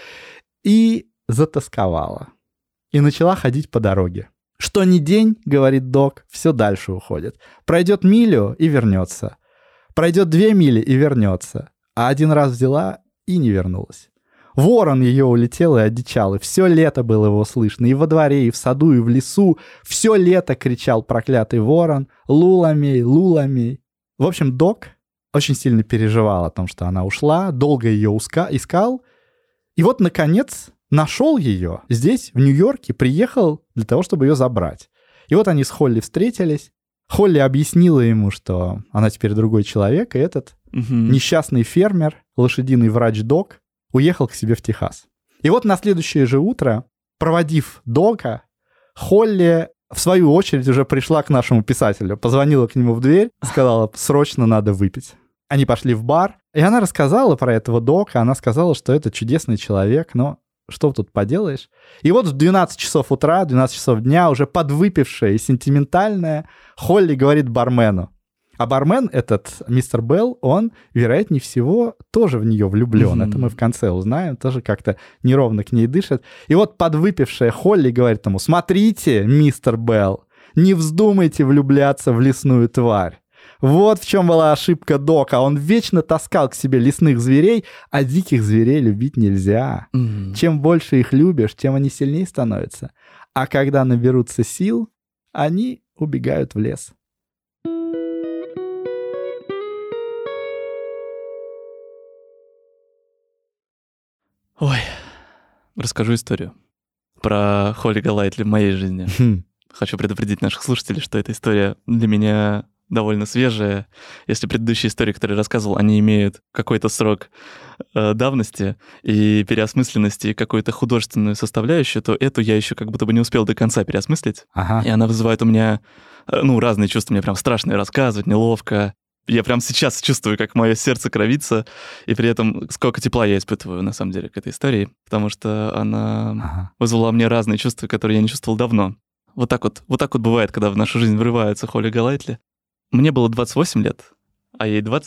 и затасковала. И начала ходить по дороге. Что ни день, говорит Док, все дальше уходит. Пройдет милю и вернется. Пройдет 2 мили и вернется. А один раз взяла и не вернулась. Ворон ее улетел и одичал, и все лето было его слышно. И во дворе, и в саду, и в лесу. Все лето кричал проклятый ворон: «Лула Мэй, Лула Мэй». В общем, Док очень сильно переживал о том, что она ушла, долго ее искал. И вот, наконец, нашел ее здесь, в Нью-Йорке, приехал для того, чтобы ее забрать. И вот они с Холли встретились. Холли объяснила ему, что она теперь другой человек, и этот Мгм. несчастный фермер, лошадиный врач Док, уехал к себе в Техас. И вот на следующее же утро, проводив Дока, Холли, в свою очередь, уже пришла к нашему писателю, позвонила к нему в дверь, сказала: срочно надо выпить. Они пошли в бар, и она рассказала про этого Дока, она сказала, что это чудесный человек, но что тут поделаешь? И вот в 12 часов утра, 12 часов дня, уже подвыпившая и сентиментальная, Холли говорит бармену. А бармен этот, мистер Белл, он, вероятнее всего, тоже в нее влюблен. Мгм. Это мы в конце узнаем, тоже как-то неровно к ней дышит. И вот подвыпившая Холли говорит ему: смотрите, мистер Белл, не вздумайте влюбляться в лесную тварь. Вот в чем была ошибка Дока. Он вечно таскал к себе лесных зверей, а диких зверей любить нельзя. Мгм. Чем больше их любишь, тем они сильнее становятся. А когда наберутся сил, они убегают в лес. Ой, расскажу историю про Холли Голайтли в моей жизни. Хм. Хочу предупредить наших слушателей, что эта история для меня довольно свежая. Если предыдущие истории, которые я рассказывал, они имеют какой-то срок давности и переосмысленности, и какую-то художественную составляющую, то эту я еще как будто бы не успел до конца переосмыслить. Ага. И она вызывает у меня, разные чувства. Мне прям страшно её рассказывать, неловко. Я прям сейчас чувствую, как мое сердце кровится, и при этом сколько тепла я испытываю, на самом деле, к этой истории, потому что она Ага. вызвала мне разные чувства, которые я не чувствовал давно. Вот так вот бывает, когда в нашу жизнь врывается Холли Голайтли. Мне было 28 лет, а ей 20,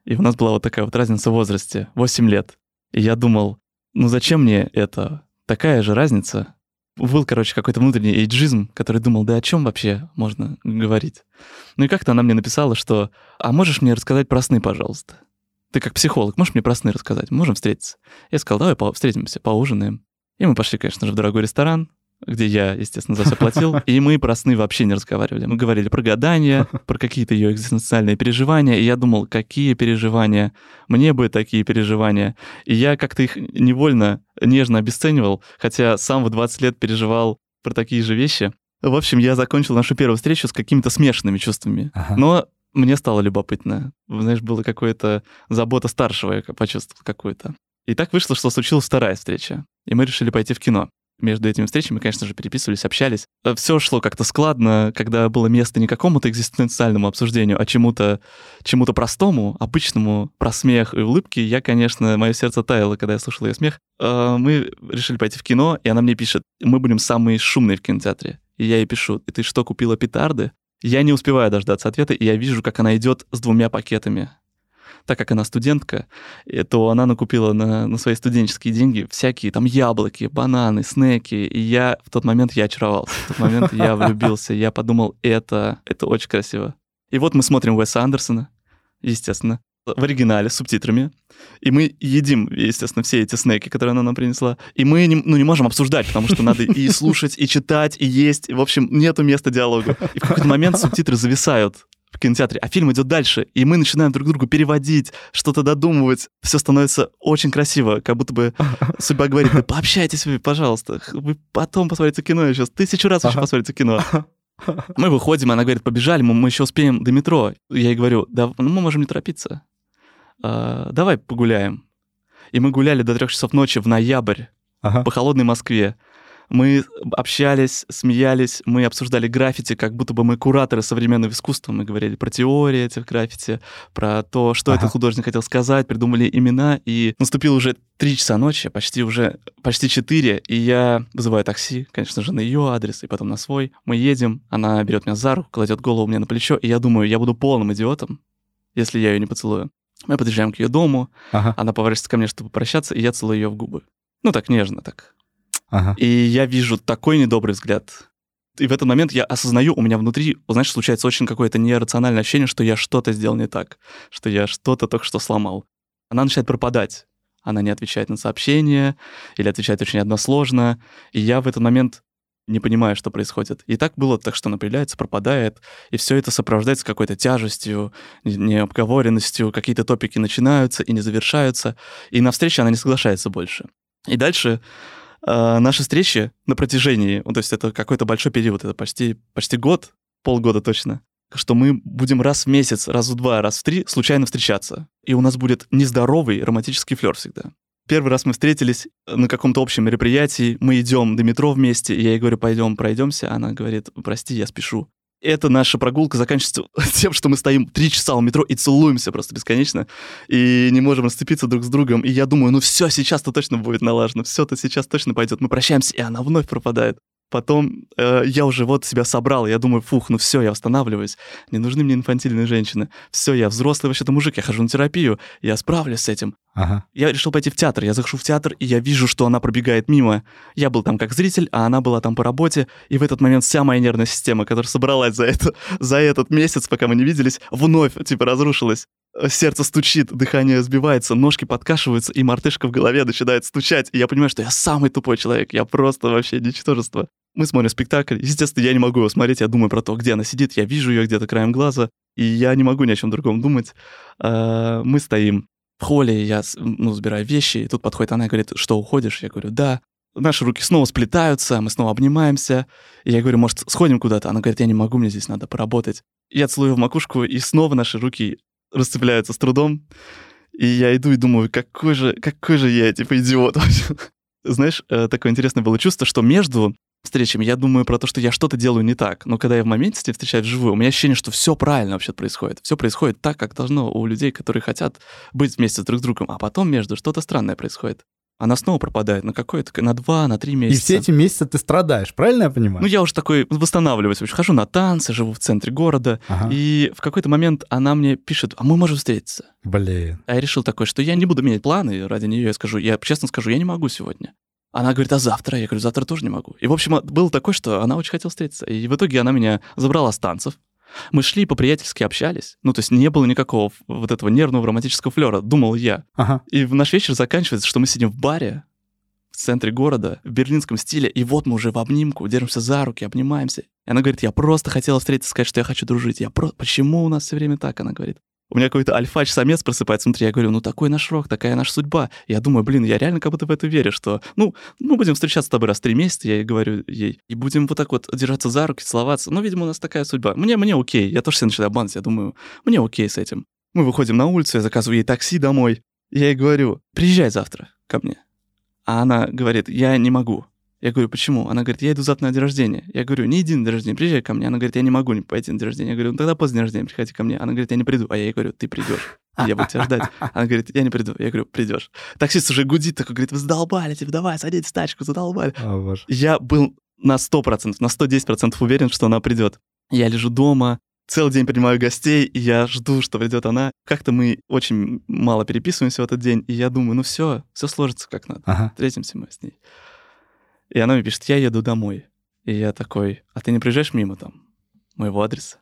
И у нас была вот такая вот разница в возрасте, 8 лет. И я думал, ну зачем мне это? Такая же разница. Был, короче, какой-то внутренний эйджизм, который думал, да о чем вообще можно говорить? Ну и как-то она мне написала, что «А можешь мне рассказать про сны, пожалуйста? Ты как психолог, можешь мне про сны рассказать? Можем встретиться?» Я сказал, давай встретимся, поужинаем. И мы пошли, конечно же, в дорогой ресторан, где я, естественно, за все платил, и мы про сны вообще не разговаривали. Мы говорили про гадания, про какие-то ее экзистенциальные переживания, и я думал, какие переживания, мне бы такие переживания. И я как-то их невольно, нежно обесценивал, хотя сам в 20 лет переживал про такие же вещи. В общем, я закончил нашу первую встречу с какими-то смешанными чувствами. Но мне стало любопытно. Знаешь, была какая-то забота старшего, я почувствовал какую-то. И так вышло, что случилась вторая встреча, и мы решили пойти в кино. Между этими встречами, конечно же, переписывались, общались. Все шло как-то складно, когда было место не какому-то экзистенциальному обсуждению, а чему-то простому, обычному, про смех и улыбки. Я, конечно, мое сердце таяло, когда я слушал ее смех. Мы решили пойти в кино, и она мне пишет, мы будем самые шумные в кинотеатре. И я ей пишу, ты что, купила петарды? Я не успеваю дождаться ответа, и я вижу, как она идет с 2 пакетами. Так как она студентка, то она накупила на свои студенческие деньги всякие там яблоки, бананы, снеки. И в тот момент я очаровался. В тот момент я влюбился. Я подумал, это очень красиво. И вот мы смотрим Уэса Андерсона, естественно, в оригинале, с субтитрами. И мы едим, естественно, все эти снеки, которые она нам принесла. И мы не можем обсуждать, потому что надо и слушать, и читать, и есть. В общем, нету места диалогу. И в какой-то момент субтитры зависают в кинотеатре, а фильм идет дальше, и мы начинаем друг другу переводить, что-то додумывать. Все становится очень красиво, как будто бы судьба говорит, да пообщайтесь вы, пожалуйста, вы потом посмотрите кино еще, 1000 раз еще посмотрите кино. Мы выходим, она говорит, побежали, мы еще успеем до метро. Я ей говорю, да, мы можем не торопиться, давай погуляем. И мы гуляли до 3 часов ночи в ноябрь по холодной Москве. Мы общались, смеялись, мы обсуждали граффити, как будто бы мы кураторы современного искусства. Мы говорили про теории этих граффити, про то, что этот художник хотел сказать, придумали имена. И наступило уже 3 часа ночи, почти 4, и я вызываю такси, конечно же, на ее адрес, и потом на свой. Мы едем, она берет меня за руку, кладет голову мне на плечо, и я думаю, я буду полным идиотом, если я ее не поцелую. Мы подъезжаем к ее дому, она поворачивается ко мне, чтобы попрощаться, и я целую ее в губы. Ну, так нежно, так. И я вижу такой недобрый взгляд. И в этот момент я осознаю, у меня внутри, знаешь, случается очень какое-то нерациональное ощущение, что я что-то сделал не так, что я что-то только что сломал. Она начинает пропадать. Она не отвечает на сообщения или отвечает очень односложно. И я в этот момент не понимаю, что происходит. И так было, так что она появляется, пропадает, и все это сопровождается какой-то тяжестью, необговоренностью, какие-то топики начинаются и не завершаются, и на встрече она не соглашается больше. И дальше наши встречи на протяжении, то есть это какой-то большой период, это почти год, полгода точно, что мы будем раз в месяц, раз в 2, раз в 3 случайно встречаться. И у нас будет нездоровый романтический флёр всегда. Первый раз мы встретились на каком-то общем мероприятии, мы идем до метро вместе, и я ей говорю, пойдем, пройдемся. Она говорит, прости, я спешу. Эта наша прогулка заканчивается тем, что мы стоим 3 часа у метро и целуемся просто бесконечно, и не можем расцепиться друг с другом. И я думаю, все, сейчас-то точно будет налажено, все-то сейчас точно пойдет. Мы прощаемся, и она вновь пропадает. Потом я уже себя собрал, я думаю, все, я восстанавливаюсь. Не нужны мне инфантильные женщины. Все, я взрослый вообще-то мужик, я хожу на терапию, я справлюсь с этим. Я решил пойти в театр, я захожу в театр, и я вижу, что она пробегает мимо. Я был там как зритель, а она была там по работе, и в этот момент вся моя нервная система, которая собралась за этот месяц, пока мы не виделись, вновь разрушилась. Сердце стучит, дыхание сбивается, ножки подкашиваются, и мартышка в голове начинает стучать. И я понимаю, что я самый тупой человек, я просто вообще ничтожество. Мы смотрим спектакль. Естественно, я не могу его смотреть, я думаю про то, где она сидит, я вижу ее где-то краем глаза, и я не могу ни о чем другом думать. Мы стоим в холле, я забираю вещи, и тут подходит она и говорит, что, уходишь? Я говорю, да. Наши руки снова сплетаются, мы снова обнимаемся. И я говорю, может, сходим куда-то? Она говорит, я не могу, мне здесь надо поработать. Я целую в макушку, и снова наши руки расцепляются с трудом. И я иду и думаю, какой же я, идиот. Знаешь, такое интересное было чувство, что между встречами я думаю про то, что я что-то делаю не так. Но когда я в моменте с ней встречаюсь вживую, у меня ощущение, что все правильно вообще происходит. Все происходит так, как должно у людей, которые хотят быть вместе друг с другом. А потом между что-то странное происходит. она снова пропадает на 2, на 3 месяца. И все эти месяцы ты страдаешь, правильно я понимаю? Ну, я уже такой восстанавливаюсь. Хожу на танцы, живу в центре города. Ага. И в какой-то момент она мне пишет, а мы можем встретиться. Блин. А я решил такой, что я не буду менять планы ради нее. Я честно скажу, я не могу сегодня. Она говорит, а завтра? Я говорю, завтра тоже не могу. И, в общем, было такое, что она очень хотела встретиться. И в итоге она меня забрала с танцев. Мы шли по-приятельски общались. Ну, то есть не было никакого вот этого нервного романтического флера, думал я. Ага. И наш вечер заканчивается, что мы сидим в баре в центре города, в берлинском стиле, и вот мы уже в обнимку, держимся за руки, обнимаемся. И она говорит, я просто хотела встретиться, сказать, что я хочу дружить. Почему у нас все время так? Она говорит. У меня какой-то альфач-самец просыпается внутри. Я говорю, ну такой наш рок, такая наша судьба. Я думаю, я реально как будто в это верю, что, мы будем встречаться с тобой раз в 3 месяца, я ей говорю ей, и будем вот так вот держаться за руки, целоваться. Ну, видимо, у нас такая судьба. Мне окей. Я тоже себя начинаю обманывать. Я думаю, мне окей с этим. Мы выходим на улицу, я заказываю ей такси домой. Я ей говорю, приезжай завтра ко мне. А она говорит, я не могу. Я говорю, почему? Она говорит, я иду завтра на день рождения. Я говорю, не иди на день рождения, приезжай ко мне. Она говорит, я не могу не пойти на день рождения. Я говорю, ну тогда после дня рождения приходи ко мне. Она говорит, я не приду. А я ей говорю, ты придешь. Я буду тебя ждать. Она говорит, я не приду. Я говорю, придешь. Таксист уже гудит такой, говорит, вы задолбали, давай, садитесь в тачку, задолбали. О, боже. Я был на 100%, на 110% уверен, что она придет. Я лежу дома, целый день принимаю гостей, и я жду, что придет она. Как-то мы очень мало переписываемся в этот день, и я думаю, все сложится как надо. Ага. Встретимся мы с ней. И она мне пишет, я еду домой. И я такой, а ты не приезжаешь мимо там моего адреса?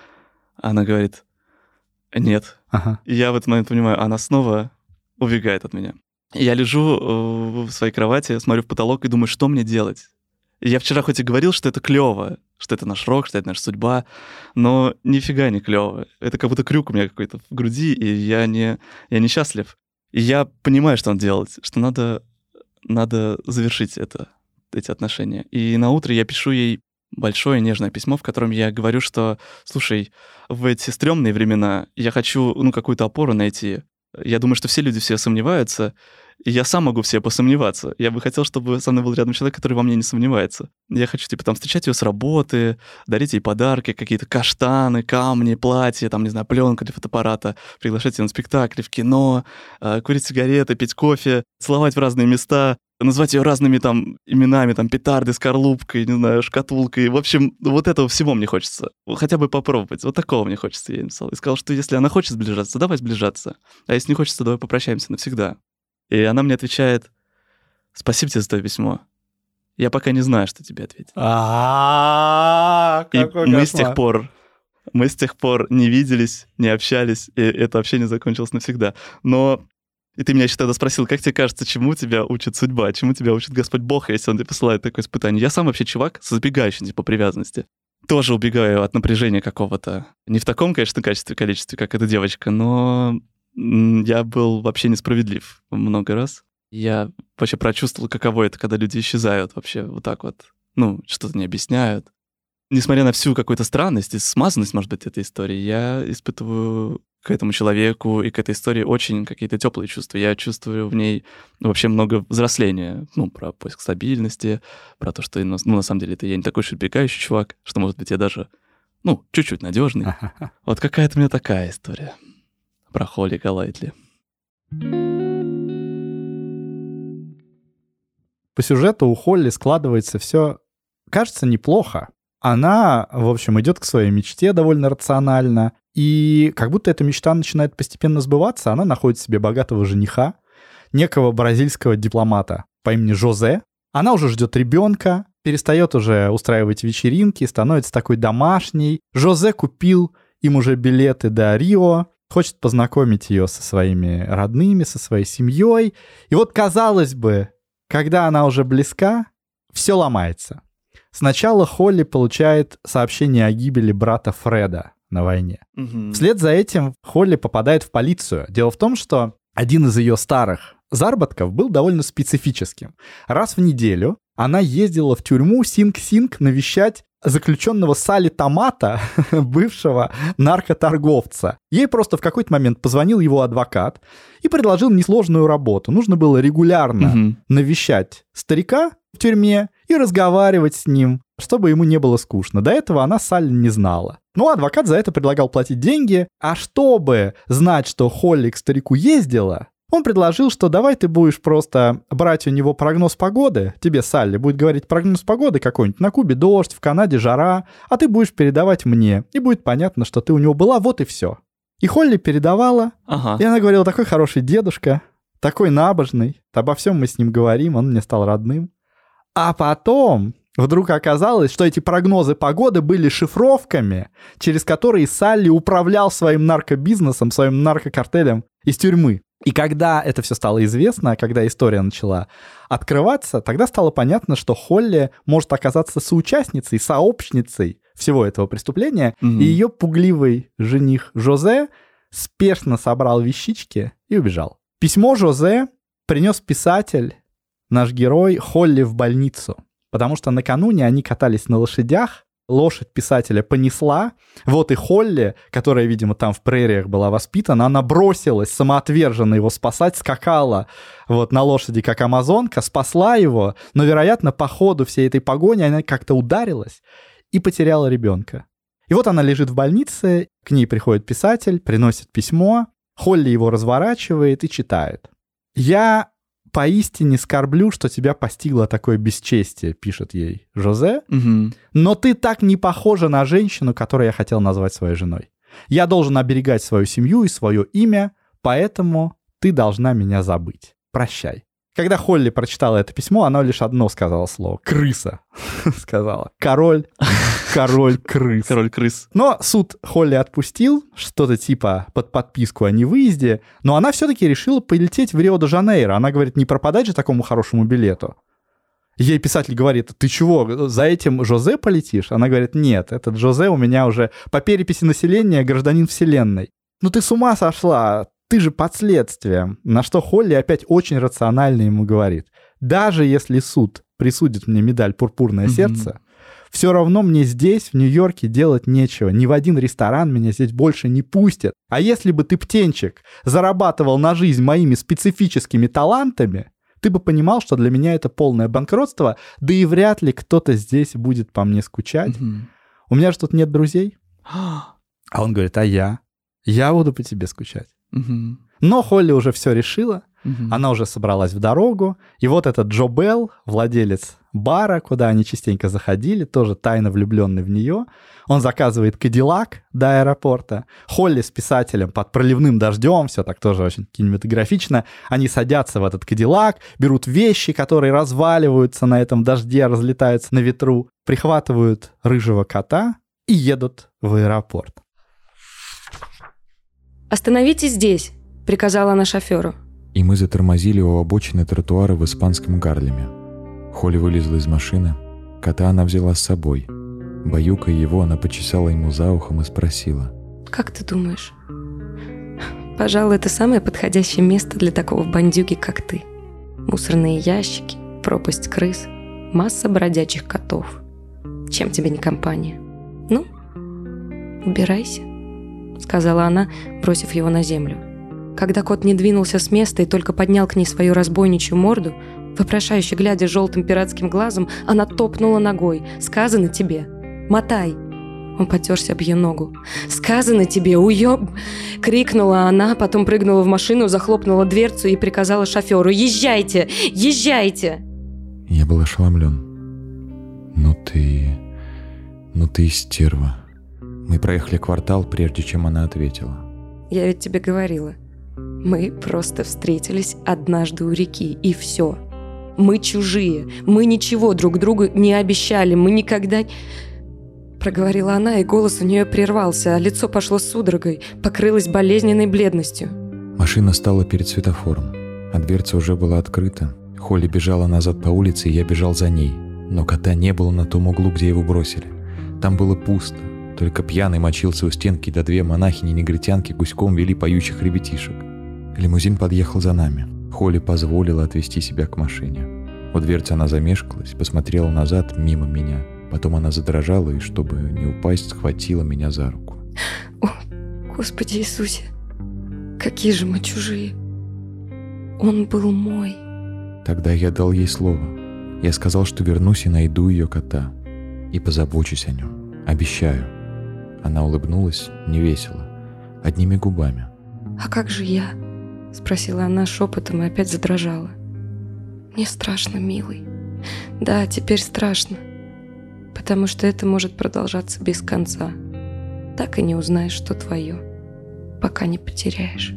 Она говорит, нет. Ага. И я в этот момент понимаю, она снова убегает от меня. И я лежу в своей кровати, смотрю в потолок и думаю, что мне делать? И я вчера хоть и говорил, что это клево, что это наш рок, что это наша судьба, но нифига не клево. Это как будто крюк у меня какой-то в груди, и я не счастлив. И я понимаю, что надо делать, что надо завершить эти отношения. И на утро я пишу ей большое нежное письмо, в котором я говорю, что, слушай, в эти стрёмные времена я хочу, какую-то опору найти. Я думаю, что все люди все сомневаются, и я сам могу в себе посомневаться. Я бы хотел, чтобы со мной был рядом человек, который во мне не сомневается. Я хочу, встречать ее с работы, дарить ей подарки, какие-то каштаны, камни, платья, пленка для фотоаппарата, приглашать ее на спектакли, в кино, курить сигареты, пить кофе, целовать в разные места, назвать ее разными именами, петарды, скорлупкой, шкатулкой. В общем, вот этого всего мне хочется. Хотя бы попробовать. Вот такого мне хочется, я ей написал. И сказал, что если она хочет сближаться, давай сближаться. А если не хочется, давай попрощаемся навсегда. И она мне отвечает, спасибо тебе за твое письмо. Я пока не знаю, что тебе ответить. И мы с тех пор не виделись, не общались, и это общение закончилось навсегда. Но и ты меня еще тогда спросил, как тебе кажется, чему тебя учит судьба, чему тебя учит Господь Бог, если Он тебе посылает такое испытание. Я сам вообще чувак с избегающим привязанности. Тоже убегаю от напряжения какого-то. Не в таком, конечно, количестве, как эта девочка, но я был вообще несправедлив много раз. Я вообще прочувствовал, каково это, когда люди исчезают вообще вот так вот. Что-то не объясняют. Несмотря на всю какую-то странность и смазанность, может быть, этой истории, я испытываю к этому человеку и к этой истории очень какие-то теплые чувства. Я чувствую в ней вообще много взросления. Про поиск стабильности, про то, что, на самом деле, я не такой уж убегающий чувак, что, может быть, я даже, чуть-чуть надежный. Вот какая-то у меня такая история про Холли Голайтли. По сюжету у Холли складывается все, кажется, неплохо. Она, в общем, идет к своей мечте довольно рационально, и как будто эта мечта начинает постепенно сбываться, она находит себе богатого жениха, некого бразильского дипломата по имени Жозе. Она уже ждет ребенка, перестает уже устраивать вечеринки, становится такой домашней. Жозе купил им уже билеты до Рио, хочет познакомить ее со своими родными, со своей семьей. И вот, казалось бы, когда она уже близка, все ломается. Сначала Холли получает сообщение о гибели брата Фреда на войне. Вслед за этим Холли попадает в полицию. Дело в том, что один из ее старых заработков был довольно специфическим. Раз в неделю она ездила в тюрьму Синг-Синг навещать заключенного Салли Томата, бывшего наркоторговца. Ей просто в какой-то момент позвонил его адвокат и предложил несложную работу. Нужно было регулярно навещать старика в тюрьме и разговаривать с ним, чтобы ему не было скучно. До этого она Салли не знала. Адвокат за это предлагал платить деньги, а чтобы знать, что Холли к старику ездила, Он предложил, что давай ты будешь просто брать у него прогноз погоды, тебе Салли будет говорить прогноз погоды какой-нибудь, на Кубе дождь, в Канаде жара, а ты будешь передавать мне, и будет понятно, что ты у него была, вот и все. И Холли передавала, и она говорила, такой хороший дедушка, такой набожный, обо всем мы с ним говорим, он мне стал родным. А потом вдруг оказалось, что эти прогнозы погоды были шифровками, через которые Салли управлял своим наркобизнесом, своим наркокартелем из тюрьмы. И когда это все стало известно, когда история начала открываться, тогда стало понятно, что Холли может оказаться соучастницей, сообщницей всего этого преступления, и ее пугливый жених Жозе спешно собрал вещички и убежал. Письмо Жозе принес писатель, наш герой, Холли в больницу, потому что накануне они катались на лошадях, лошадь писателя понесла, вот и Холли, которая, видимо, там в прериях была воспитана, она бросилась самоотверженно его спасать, скакала вот на лошади, как амазонка, спасла его, но, вероятно, по ходу всей этой погони она как-то ударилась и потеряла ребенка. И вот она лежит в больнице, к ней приходит писатель, приносит письмо, Холли его разворачивает и читает. «Я поистине скорблю, что тебя постигло такое бесчестие», пишет ей Жозе, «но ты так не похожа на женщину, которую я хотел назвать своей женой. Я должен оберегать свою семью и свое имя, поэтому ты должна меня забыть. Прощай». Когда Холли прочитала это письмо, она лишь одно сказала слово. «Крыса», сказала. Король крыс. Король крыс. Но суд Холли отпустил, что-то типа под подписку о невыезде, но она все-таки решила полететь в Рио-де-Жанейро. Она говорит, не пропадать же такому хорошему билету. Ей писатель говорит, ты чего, за этим Жозе полетишь? Она говорит, нет, этот Жозе у меня уже по переписи населения гражданин вселенной. Ну ты с ума сошла, ты же под следствием. На что Холли опять очень рационально ему говорит, даже если суд присудит мне медаль «Пурпурное сердце», все равно мне здесь, в Нью-Йорке, делать нечего. Ни в один ресторан меня здесь больше не пустят. А если бы ты, птенчик, зарабатывал на жизнь моими специфическими талантами, ты бы понимал, что для меня это полное банкротство, да и вряд ли кто-то здесь будет по мне скучать. У меня же тут нет друзей. А он говорит, а я? Я буду по тебе скучать. Но Холли уже все решила. Она уже собралась в дорогу. И вот этот Джо Белл, владелец бара, куда они частенько заходили, тоже тайно влюбленный в нее, он заказывает Кадиллак до аэропорта. Холли с писателем под проливным дождем, все так тоже очень кинематографично, они садятся в этот Кадиллак, берут вещи, которые разваливаются на этом дожде, разлетаются на ветру, прихватывают рыжего кота и едут в аэропорт. «Остановитесь здесь», — приказала она шоферу. И мы затормозили у обочины тротуара в испанском Гарлеме. Холли вылезла из машины. Кота она взяла с собой. Баюкая его, она почесала ему за ухом и спросила. «Как ты думаешь? Пожалуй, это самое подходящее место для такого бандюги, как ты. Мусорные ящики, пропасть крыс, масса бродячих котов. Чем тебе не компания? Ну, убирайся», — сказала она, бросив его на землю. Когда кот не двинулся с места и только поднял к ней свою разбойничью морду, вопрошающе глядя желтым пиратским глазом, она топнула ногой. «Сказано тебе! Мотай!» Он потерся об ее ногу. «Сказано тебе, уёб!» Крикнула она, потом прыгнула в машину, захлопнула дверцу и приказала шоферу: «Езжайте! Езжайте!» Я был ошеломлен. Ну ты стерва. Мы проехали квартал, прежде чем она ответила. «Я ведь тебе говорила. Мы просто встретились однажды у реки, и все. Мы чужие, мы ничего друг другу не обещали, мы никогда...» Проговорила она, и голос у нее прервался, а лицо пошло судорогой, покрылось болезненной бледностью. Машина стала перед светофором, а дверца уже была открыта. Холли бежала назад по улице, и я бежал за ней. Но кота не было на том углу, где его бросили. Там было пусто. Только пьяный мочился у стенки, да две монахини-негритянки гуськом вели поющих ребятишек. Лимузин подъехал за нами. Холли позволила отвезти себя к машине. У дверцы она замешкалась, посмотрела назад мимо меня. Потом она задрожала и, чтобы не упасть, схватила меня за руку. «О, Господи Иисусе, какие же мы чужие! Он был мой!» Тогда я дал ей слово. Я сказал, что вернусь и найду ее кота. И позабочусь о нем. Обещаю. Она улыбнулась невесело, одними губами. «А как же я? — спросила она шепотом и опять задрожала. «Мне страшно, милый. Да, теперь страшно. Потому что это может продолжаться без конца. Так и не узнаешь, что твое, пока не потеряешь».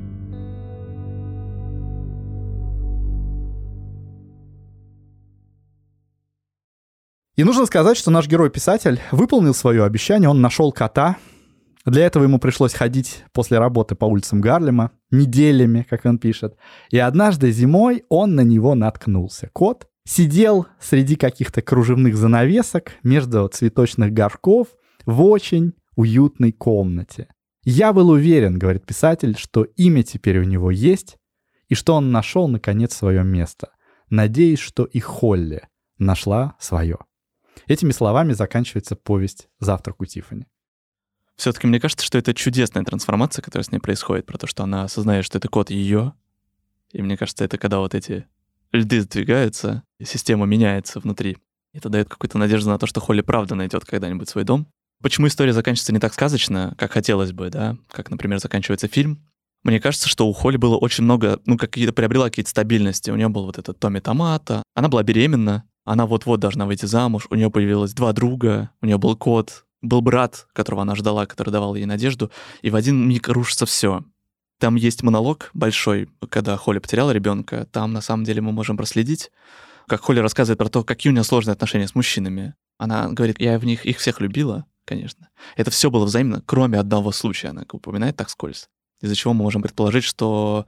И нужно сказать, что наш герой-писатель выполнил свое обещание, он нашел кота. Для этого ему пришлось ходить после работы по улицам Гарлема неделями, как он пишет. И однажды зимой он на него наткнулся. Кот сидел среди каких-то кружевных занавесок между цветочных горшков в очень уютной комнате. «Я был уверен, — говорит писатель, — что имя теперь у него есть, и что он нашел, наконец, свое место. Надеюсь, что и Холли нашла свое». Этими словами заканчивается повесть «Завтрак у Тиффани». Все-таки мне кажется, что это чудесная трансформация, которая с ней происходит, про то, что она осознает, что это кот ее. И мне кажется, это когда вот эти льды сдвигаются, и система меняется внутри. Это дает какую-то надежду на то, что Холли правда найдет когда-нибудь свой дом. Почему история заканчивается не так сказочно, как хотелось бы, да? Как, например, заканчивается фильм. Мне кажется, что у Холли было очень много, приобрела какие-то стабильности. У нее был вот этот Томми Томато, она была беременна, она вот-вот должна выйти замуж, у нее появилось 2 друга, у нее был кот, был брат, которого она ждала, который давал ей надежду, и в один миг рушится все. Там есть монолог большой, когда Холли потеряла ребенка. Там, на самом деле, мы можем проследить, как Холли рассказывает про то, какие у нее сложные отношения с мужчинами. Она говорит, я в них их всех любила, конечно. Это все было взаимно, кроме одного случая, она упоминает так вскользь. Из-за чего мы можем предположить, что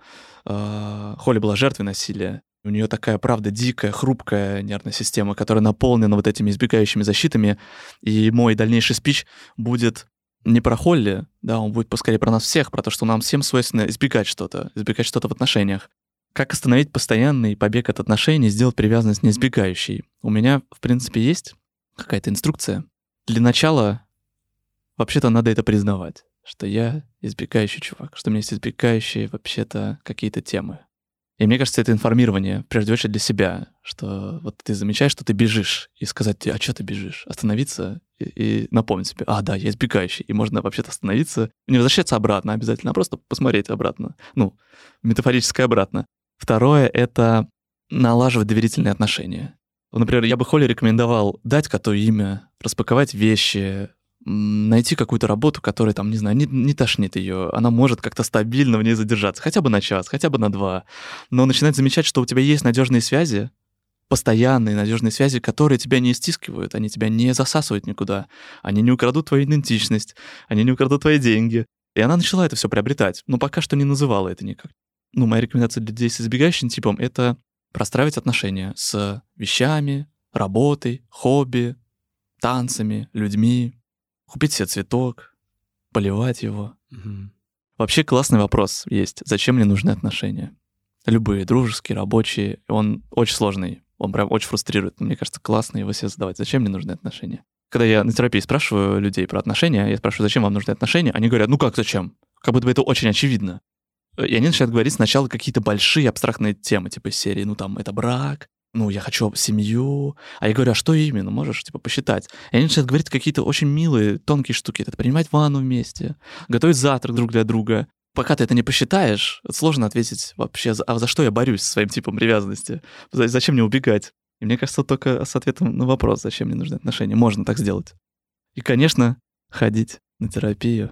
Холли была жертвой насилия. У нее такая, правда, дикая, хрупкая нервная система, которая наполнена вот этими избегающими защитами. И мой дальнейший спич будет не про Холли, да, он будет поскорее про нас всех, про то, что нам всем свойственно избегать что-то в отношениях. Как остановить постоянный побег от отношений, сделать привязанность неизбегающей? У меня, в принципе, есть какая-то инструкция. Для начала, вообще-то, надо это признавать, что я избегающий чувак, что у меня есть избегающие, вообще-то, какие-то темы. И мне кажется, это информирование, прежде всего, для себя, что вот ты замечаешь, что ты бежишь, и сказать, а что ты бежишь? Остановиться и напомнить себе, да, я избегающий, и можно вообще-то остановиться, не возвращаться обратно обязательно, а просто посмотреть обратно, метафорически обратно. Второе — это налаживать доверительные отношения. Например, я бы Холли рекомендовал дать коту имя, распаковать вещи, найти какую-то работу, которая, там, не знаю, не тошнит ее, она может как-то стабильно в ней задержаться, хотя бы на час, хотя бы на 2, но начинать замечать, что у тебя есть надежные связи, постоянные надежные связи, которые тебя не стискивают, они тебя не засасывают никуда, они не украдут твою идентичность, они не украдут твои деньги. И она начала это все приобретать, но пока что не называла это никак. Моя рекомендация для людей с избегающим типом — это простраивать отношения с вещами, работой, хобби, танцами, людьми, купить себе цветок, поливать его. Угу. Вообще классный вопрос есть. Зачем мне нужны отношения? Любые, дружеские, рабочие. Он очень сложный, он прям очень фрустрирует. Но мне кажется, классно его себе задавать. Зачем мне нужны отношения? Когда я на терапии спрашиваю людей про отношения, я спрашиваю, зачем вам нужны отношения, они говорят, как зачем? Как будто бы это очень очевидно. И они начинают говорить сначала какие-то большие абстрактные темы, типа серии, это брак, я хочу семью. А я говорю, а что именно? Можешь, посчитать. И они начинают говорить какие-то очень милые, тонкие штуки. Это принимать ванну вместе, готовить завтрак друг для друга. Пока ты это не посчитаешь, сложно ответить вообще, за что я борюсь со своим типом привязанности? Зачем мне убегать? И мне кажется, только с ответом на вопрос, зачем мне нужны отношения, можно так сделать. И, конечно, ходить на терапию.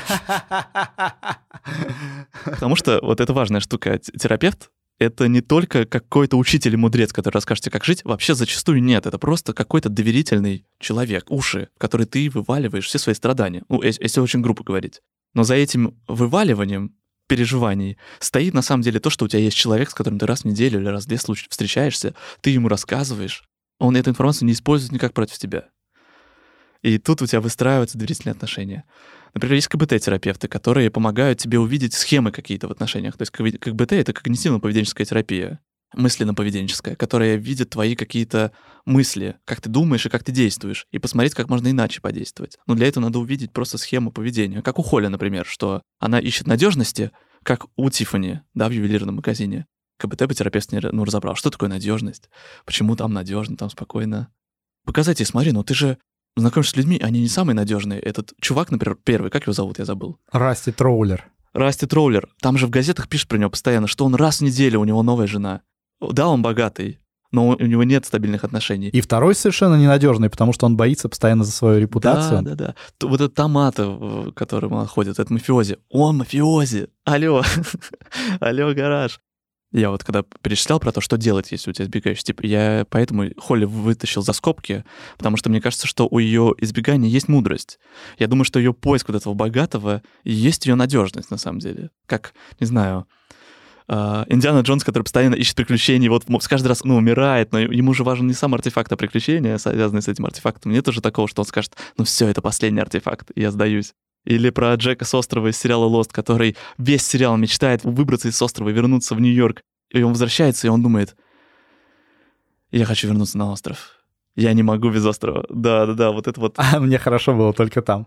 Потому что вот это важная штука. Терапевт — это не только какой-то учитель и мудрец, который расскажет тебе, как жить. Вообще зачастую нет. Это просто какой-то доверительный человек, уши, в которые ты вываливаешь все свои страдания. Если очень грубо говорить. Но за этим вываливанием переживаний стоит на самом деле то, что у тебя есть человек, с которым ты раз в неделю или раз в 2 встречаешься, ты ему рассказываешь, он эту информацию не использует никак против тебя. И тут у тебя выстраиваются доверительные отношения. Например, есть КБТ-терапевты, которые помогают тебе увидеть схемы какие-то в отношениях. То есть КБТ — это когнитивно-поведенческая терапия, мысленно-поведенческая, которая видит твои какие-то мысли, как ты думаешь и как ты действуешь, и посмотреть, как можно иначе подействовать. Но для этого надо увидеть просто схему поведения. Как у Холли, например, что она ищет надежности, как у Тиффани, в ювелирном магазине. КБТ-терапевт разобрал, что такое надежность, почему там надежно, там спокойно. Показать ей, смотри, ты же знакомишься с людьми, они не самые надежные. Этот чувак, например, первый, как его зовут, я забыл. Расти Троулер. Расти Троулер, там же в газетах пишут про него постоянно, что он раз в неделю, у него новая жена. Да, он богатый, но у него нет стабильных отношений. И второй совершенно ненадежный, потому что он боится постоянно за свою репутацию. Да. Вот этот Томато, которым он ходит, это мафиози. Он мафиози! Алло! Алло, гараж! Я вот когда перечислял про то, что делать, если у тебя избегающий тип, я поэтому Холли вытащил за скобки, потому что мне кажется, что у ее избегания есть мудрость. Я думаю, что ее поиск вот этого богатого и есть ее надежность на самом деле. Как, не знаю, Индиана Джонс, который постоянно ищет приключений, вот каждый раз, умирает, но ему же важен не сам артефакт, а приключения, связанные с этим артефактом. Нет уже такого, что он скажет, все, это последний артефакт, и я сдаюсь. Или про Джека с острова из сериала «Лост», который весь сериал мечтает выбраться из острова и вернуться в Нью-Йорк. И он возвращается, и он думает, я хочу вернуться на остров. Я не могу без острова. Да, вот это вот. А мне хорошо было только там.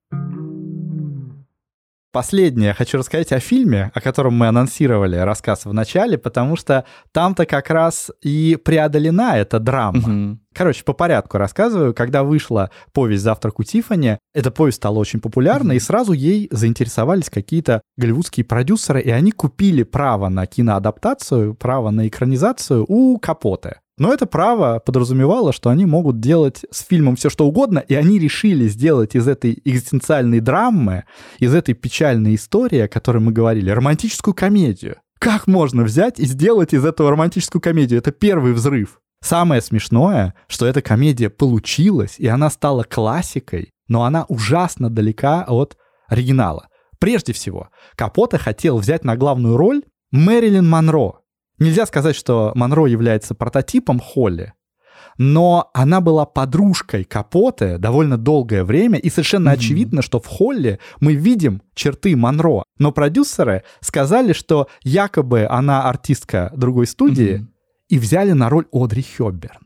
Последнее хочу рассказать о фильме, о котором мы анонсировали рассказ в начале, потому что там-то как раз и преодолена эта драма. Угу. Короче, по порядку рассказываю. Когда вышла повесть «Завтрак у Тиффани», эта повесть стала очень популярной, и сразу ей заинтересовались какие-то голливудские продюсеры, и они купили право на киноадаптацию, право на экранизацию у Капоте. Но это право подразумевало, что они могут делать с фильмом все что угодно, и они решили сделать из этой экзистенциальной драмы, из этой печальной истории, о которой мы говорили, романтическую комедию. Как можно взять и сделать из этого романтическую комедию? Это первый взрыв. Самое смешное, что эта комедия получилась, и она стала классикой, но она ужасно далека от оригинала. Прежде всего, Капоте хотел взять на главную роль Мэрилин Монро. Нельзя сказать, что Монро является прототипом Холли, но она была подружкой Капоте довольно долгое время, и совершенно очевидно, что в Холли мы видим черты Монро. Но продюсеры сказали, что якобы она артистка другой студии, и взяли на роль Одри Хёбберн.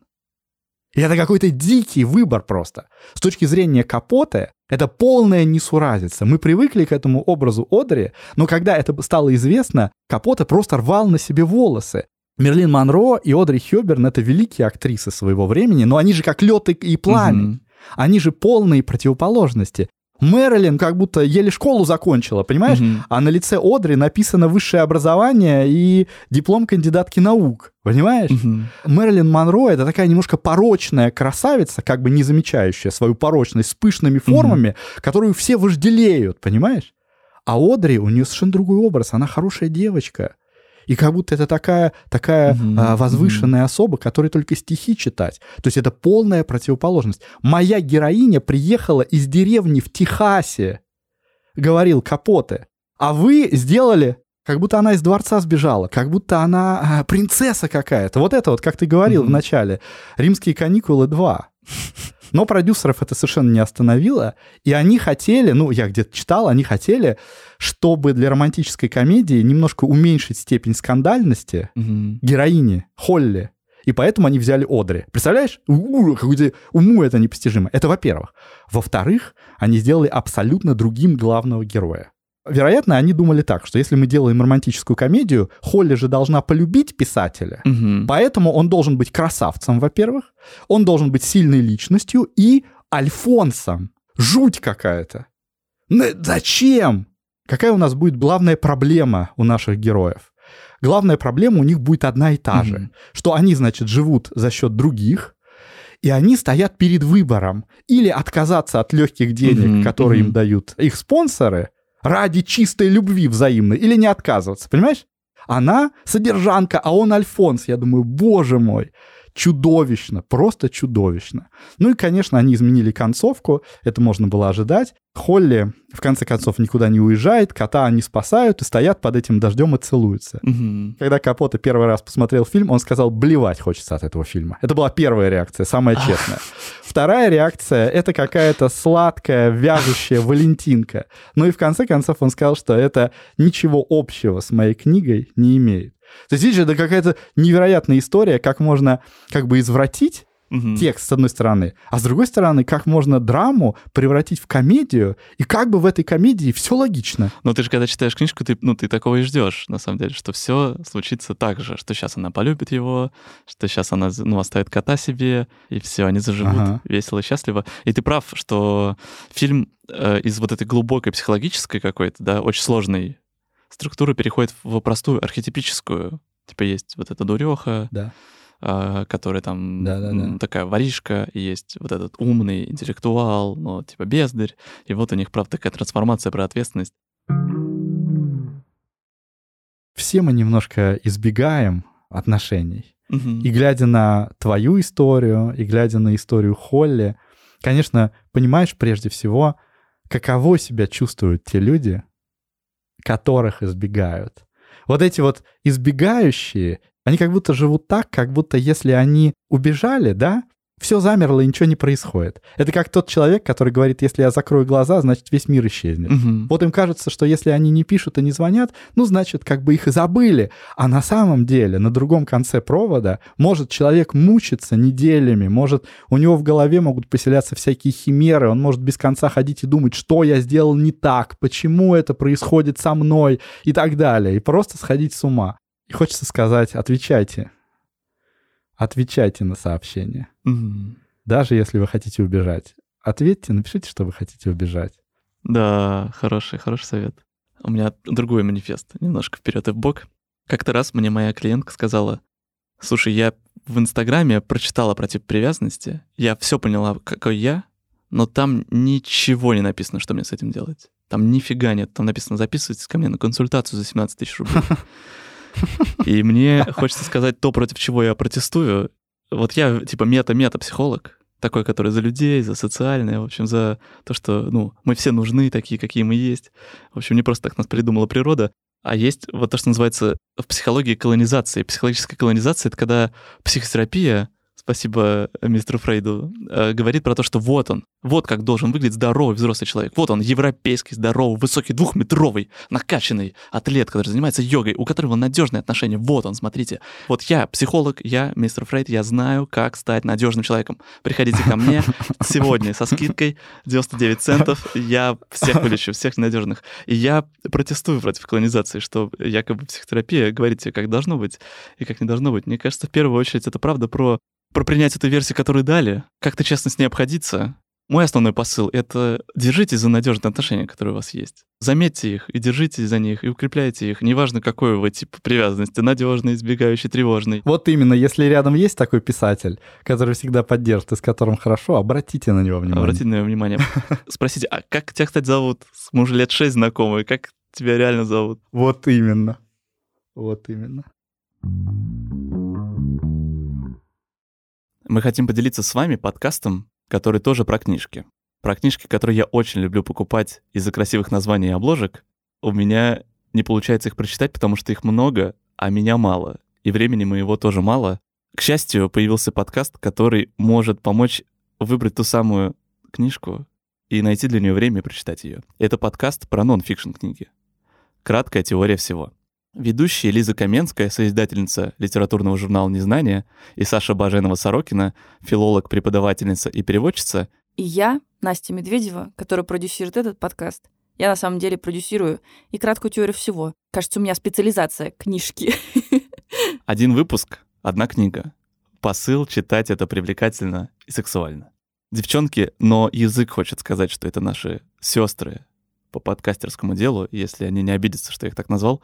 И это какой-то дикий выбор просто. С точки зрения Капоте, это полная несуразица. Мы привыкли к этому образу Одри, но когда это стало известно, Капоте просто рвал на себе волосы. Мерлин Монро и Одри Хёбберн — это великие актрисы своего времени, но они же как лед и пламень. Они же полные противоположности. Мэрилин как будто еле школу закончила, понимаешь? А на лице Одри написано высшее образование и диплом кандидатки наук, понимаешь? Мэрилин Монро — это такая немножко порочная красавица, как бы не замечающая свою порочность, с пышными формами, которую все вожделеют, понимаешь? А Одри, у нее совершенно другой образ, она хорошая девочка. И как будто это такая возвышенная особа, которой только стихи читать. То есть это полная противоположность. Моя героиня приехала из деревни в Техасе, говорил Капоте. А вы сделали, как будто она из дворца сбежала, как будто она принцесса какая-то. Вот это вот, как ты говорил в начале, «Римские каникулы 2». Но продюсеров это совершенно не остановило, и они хотели, я где-то читал, они хотели, чтобы для романтической комедии немножко уменьшить степень скандальности героини Холли, и поэтому они взяли Одри. Представляешь? Какое-то уму это непостижимо. Это во-первых. Во-вторых, они сделали абсолютно другим главного героя. Вероятно, они думали так, что если мы делаем романтическую комедию, Холли же должна полюбить писателя, поэтому он должен быть красавцем, во-первых, он должен быть сильной личностью и альфонсом. Жуть какая-то. Зачем? Какая у нас будет главная проблема у наших героев? Главная проблема у них будет одна и та же, что они, значит, живут за счет других, и они стоят перед выбором или отказаться от легких денег, которые им дают их спонсоры, ради чистой любви взаимной, или не отказываться, понимаешь? Она содержанка, а он альфонс. Я думаю, боже мой, чудовищно, просто чудовищно. Ну и, конечно, они изменили концовку, это можно было ожидать. Холли, в конце концов, никуда не уезжает, кота они спасают и стоят под этим дождем и целуются. Когда Капоте первый раз посмотрел фильм, он сказал, блевать хочется от этого фильма. Это была первая реакция, самая честная. Вторая реакция — это какая-то сладкая, вяжущая валентинка. Ну и в конце концов он сказал, что это ничего общего с моей книгой не имеет. То есть, видишь, это какая-то невероятная история, как можно как бы извратить текст, с одной стороны, а с другой стороны, как можно драму превратить в комедию, и как бы в этой комедии все логично. Но ты же, когда читаешь книжку, ты такого и ждешь, на самом деле, что все случится так же, что сейчас она полюбит его, что сейчас она оставит кота себе, и все, они заживут весело и счастливо. И ты прав, что фильм из вот этой глубокой психологической какой-то, да, очень сложной структура переходит в простую архетипическую. Типа есть вот эта дуреха, Да. которая там Да-да-да. такая воришка, и есть вот этот умный интеллектуал, ну, типа бездарь. И вот у них, правда, такая трансформация про ответственность. Все мы немножко избегаем отношений. Мгм. И глядя на твою историю, и глядя на историю Холли, конечно, понимаешь прежде всего, каково себя чувствуют те люди, которых избегают. Вот эти вот избегающие, они как будто живут так, как будто если они убежали, да, все замерло и ничего не происходит. Это как тот человек, который говорит, если я закрою глаза, значит весь мир исчезнет. Мгм. Вот им кажется, что если они не пишут и не звонят, ну, значит, как бы их и забыли. А на самом деле, на другом конце провода может человек мучиться неделями, может у него в голове могут поселяться всякие химеры, он может без конца ходить и думать, что я сделал не так, почему это происходит со мной и так далее. И просто сходить с ума. И хочется сказать, отвечайте. Отвечайте на сообщения. Мгм. Даже если вы хотите убежать. Ответьте, напишите, что вы хотите убежать. Да, хороший совет. У меня другой манифест, немножко вперед и вбок. Как-то раз мне моя клиентка сказала: слушай, я в Инстаграме прочитала про тип привязанности, я все поняла, какой я, но там ничего не написано, что мне с этим делать. Там нифига нет. Там написано: записывайтесь ко мне на консультацию за 17 тысяч рублей. И мне хочется сказать то, против чего я протестую. Вот я типа мета-психолог, такой, который за людей, за социальное, в общем, за то, что, ну, мы все нужны такие, какие мы есть. В общем, не просто так нас придумала природа, а есть вот то, что называется в психологии колонизация. Психологическая колонизация — это когда психотерапия, спасибо мистеру Фрейду, говорит про то, что вот он, вот как должен выглядеть здоровый взрослый человек. Вот он, европейский, здоровый, высокий, 2-метровый, накачанный атлет, который занимается йогой, у которого надежные отношения. Вот он, смотрите. Вот я психолог, я мистер Фрейд, я знаю, как стать надежным человеком. Приходите ко мне сегодня со скидкой 99 центов. Я всех вылечу, всех ненадежных. И я протестую против колонизации, что якобы психотерапия говорит тебе, как должно быть и как не должно быть. Мне кажется, в первую очередь это правда про принять эту версию, которую дали, как-то честно с ней обходиться. Мой основной посыл — это держитесь за надежные отношения, которые у вас есть. Заметьте их и держитесь за них, и укрепляйте их. Неважно, какой вы тип привязанности, надежный, избегающий, тревожный. Вот именно, если рядом есть такой писатель, который всегда поддержит и с которым хорошо, обратите на него внимание. Обратите на него внимание. Спросите, а как тебя, кстати, зовут? Мы уже лет 6 знакомы, как тебя реально зовут? Вот именно. Вот именно. Мы хотим поделиться с вами подкастом, который тоже про книжки. Про книжки, которые я очень люблю покупать из-за красивых названий и обложек. У меня не получается их прочитать, потому что их много, а меня мало. И времени моего тоже мало. К счастью, появился подкаст, который может помочь выбрать ту самую книжку и найти для нее время и прочитать ее. Это подкаст про нон-фикшн книги. Краткая теория всего. Ведущие Лиза Каменская, соиздательница литературного журнала «Незнание», и Саша Баженова-Сорокина, филолог, преподавательница и переводчица. И я, Настя Медведева, которая продюсирует этот подкаст. Я на самом деле продюсирую и краткую теорию всего. Кажется, у меня специализация — книжки. Один выпуск, одна книга. Посыл — читать это привлекательно и сексуально. Девчонки, но язык хочет сказать, что это наши сестры по подкастерскому делу, если они не обидятся, что я их так назвал,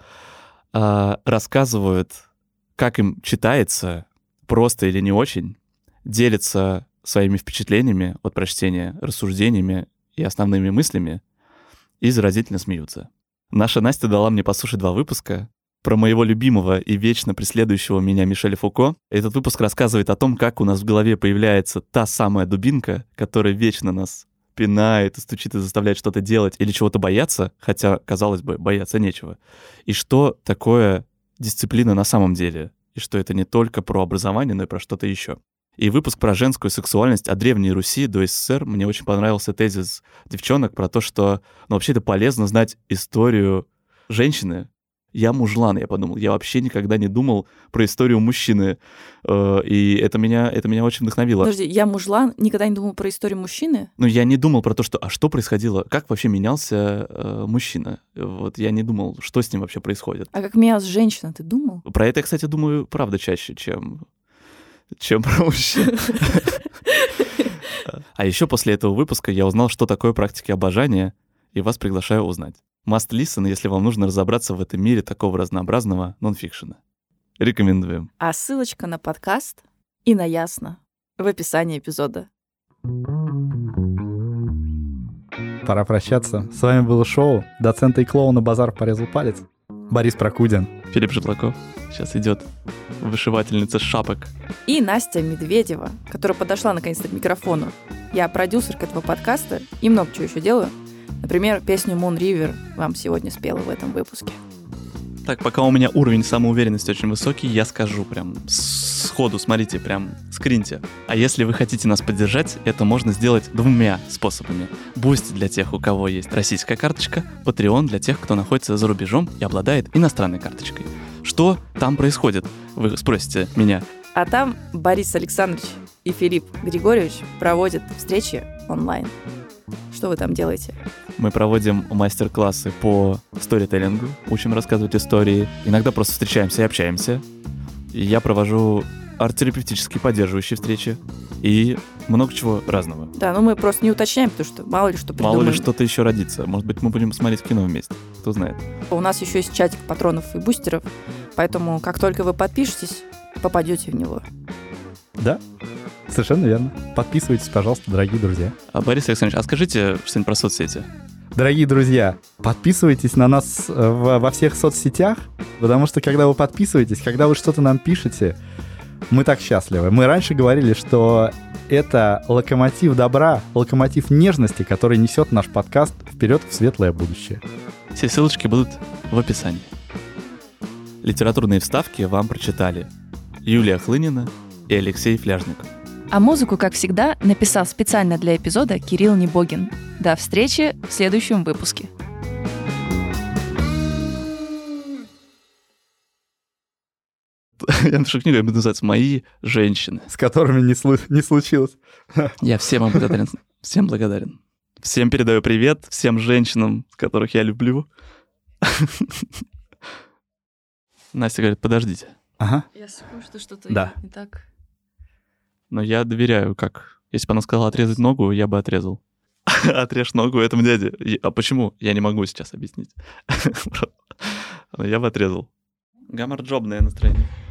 рассказывают, как им читается, просто или не очень, делятся своими впечатлениями от прочтения, рассуждениями и основными мыслями, и заразительно смеются. Наша Настя дала мне послушать 2 выпуска про моего любимого и вечно преследующего меня Мишеля Фуко. Этот выпуск рассказывает о том, как у нас в голове появляется та самая дубинка, которая вечно нас пинает и стучит и заставляет что-то делать или чего-то бояться, хотя, казалось бы, бояться нечего. И что такое дисциплина на самом деле, и что это не только про образование, но и про что-то еще. И выпуск про женскую сексуальность от Древней Руси до СССР, мне очень понравился тезис девчонок про то, что вообще это полезно знать историю женщины. Я мужлан, я подумал. Я вообще никогда не думал про историю мужчины. И это меня очень вдохновило. Подожди, я мужлан, никогда не думал про историю мужчины? Ну, я не думал про то, что происходило, как вообще менялся мужчина. Вот я не думал, что с ним вообще происходит. А как менялась женщина, ты думал? Про это я, кстати, думаю, правда, чаще, чем про мужчин. А еще после этого выпуска я узнал, что такое практики обожания, и вас приглашаю узнать. must listen, если вам нужно разобраться в этом мире такого разнообразного нонфикшена. Рекомендуем. А ссылочка на подкаст и на Ясно в описании эпизода. Пора прощаться. С вами было шоу «Доцента и клоуна базар порезал палец». Борис Прокудин. Филипп Житлаков. Сейчас идет вышивательница шапок. И Настя Медведева, которая подошла наконец-то к микрофону. Я продюсерка этого подкаста и много чего еще делаю. Например, песню Moon River вам сегодня спела в этом выпуске. Так, пока у меня уровень самоуверенности очень высокий, я скажу прям сходу, смотрите, прям скриньте. А если вы хотите нас поддержать, это можно сделать двумя способами. Boosty для тех, у кого есть российская карточка, Patreon для тех, кто находится за рубежом и обладает иностранной карточкой. Что там происходит? Вы спросите меня. А там Борис Александрович и Филипп Григорьевич проводят встречи онлайн. Что вы там делаете? Мы проводим мастер-классы по сторителлингу, учим рассказывать истории. Иногда просто встречаемся и общаемся. И я провожу арт-терапевтические поддерживающие встречи и много чего разного. Да, но мы просто не уточняем, потому что мало ли что придумаем. Мало ли что-то еще родится. Может быть, мы будем смотреть кино вместе. Кто знает. У нас еще есть чатик патронов и бустеров, поэтому как только вы подпишетесь, попадете в него. Да, совершенно верно. Подписывайтесь, пожалуйста, дорогие друзья. А Борис Александрович, а скажите что-нибудь про соцсети. Дорогие друзья, подписывайтесь на нас во всех соцсетях, потому что когда вы подписываетесь, когда вы что-то нам пишете, мы так счастливы. Мы раньше говорили, что это локомотив добра, локомотив нежности, который несет наш подкаст вперед в светлое будущее. Все ссылочки будут в описании. Литературные вставки вам прочитали Юлия Хлынина и Алексей Фляжников. А музыку, как всегда, написал специально для эпизода Кирилл Небогин. До встречи в следующем выпуске. Я напишу книгу, называется «Мои женщины». С которыми не случилось. Я всем вам благодарен. Всем благодарен. Всем передаю привет, всем женщинам, которых я люблю. Настя говорит, подождите. Ага. Я слышу, что что-то Да. не так. Но я доверяю, как... Если бы она сказала отрезать ногу, я бы отрезал. Отрежь ногу этому дяде. А почему? Я не могу сейчас объяснить. Но я бы отрезал. Гамарджобное настроение.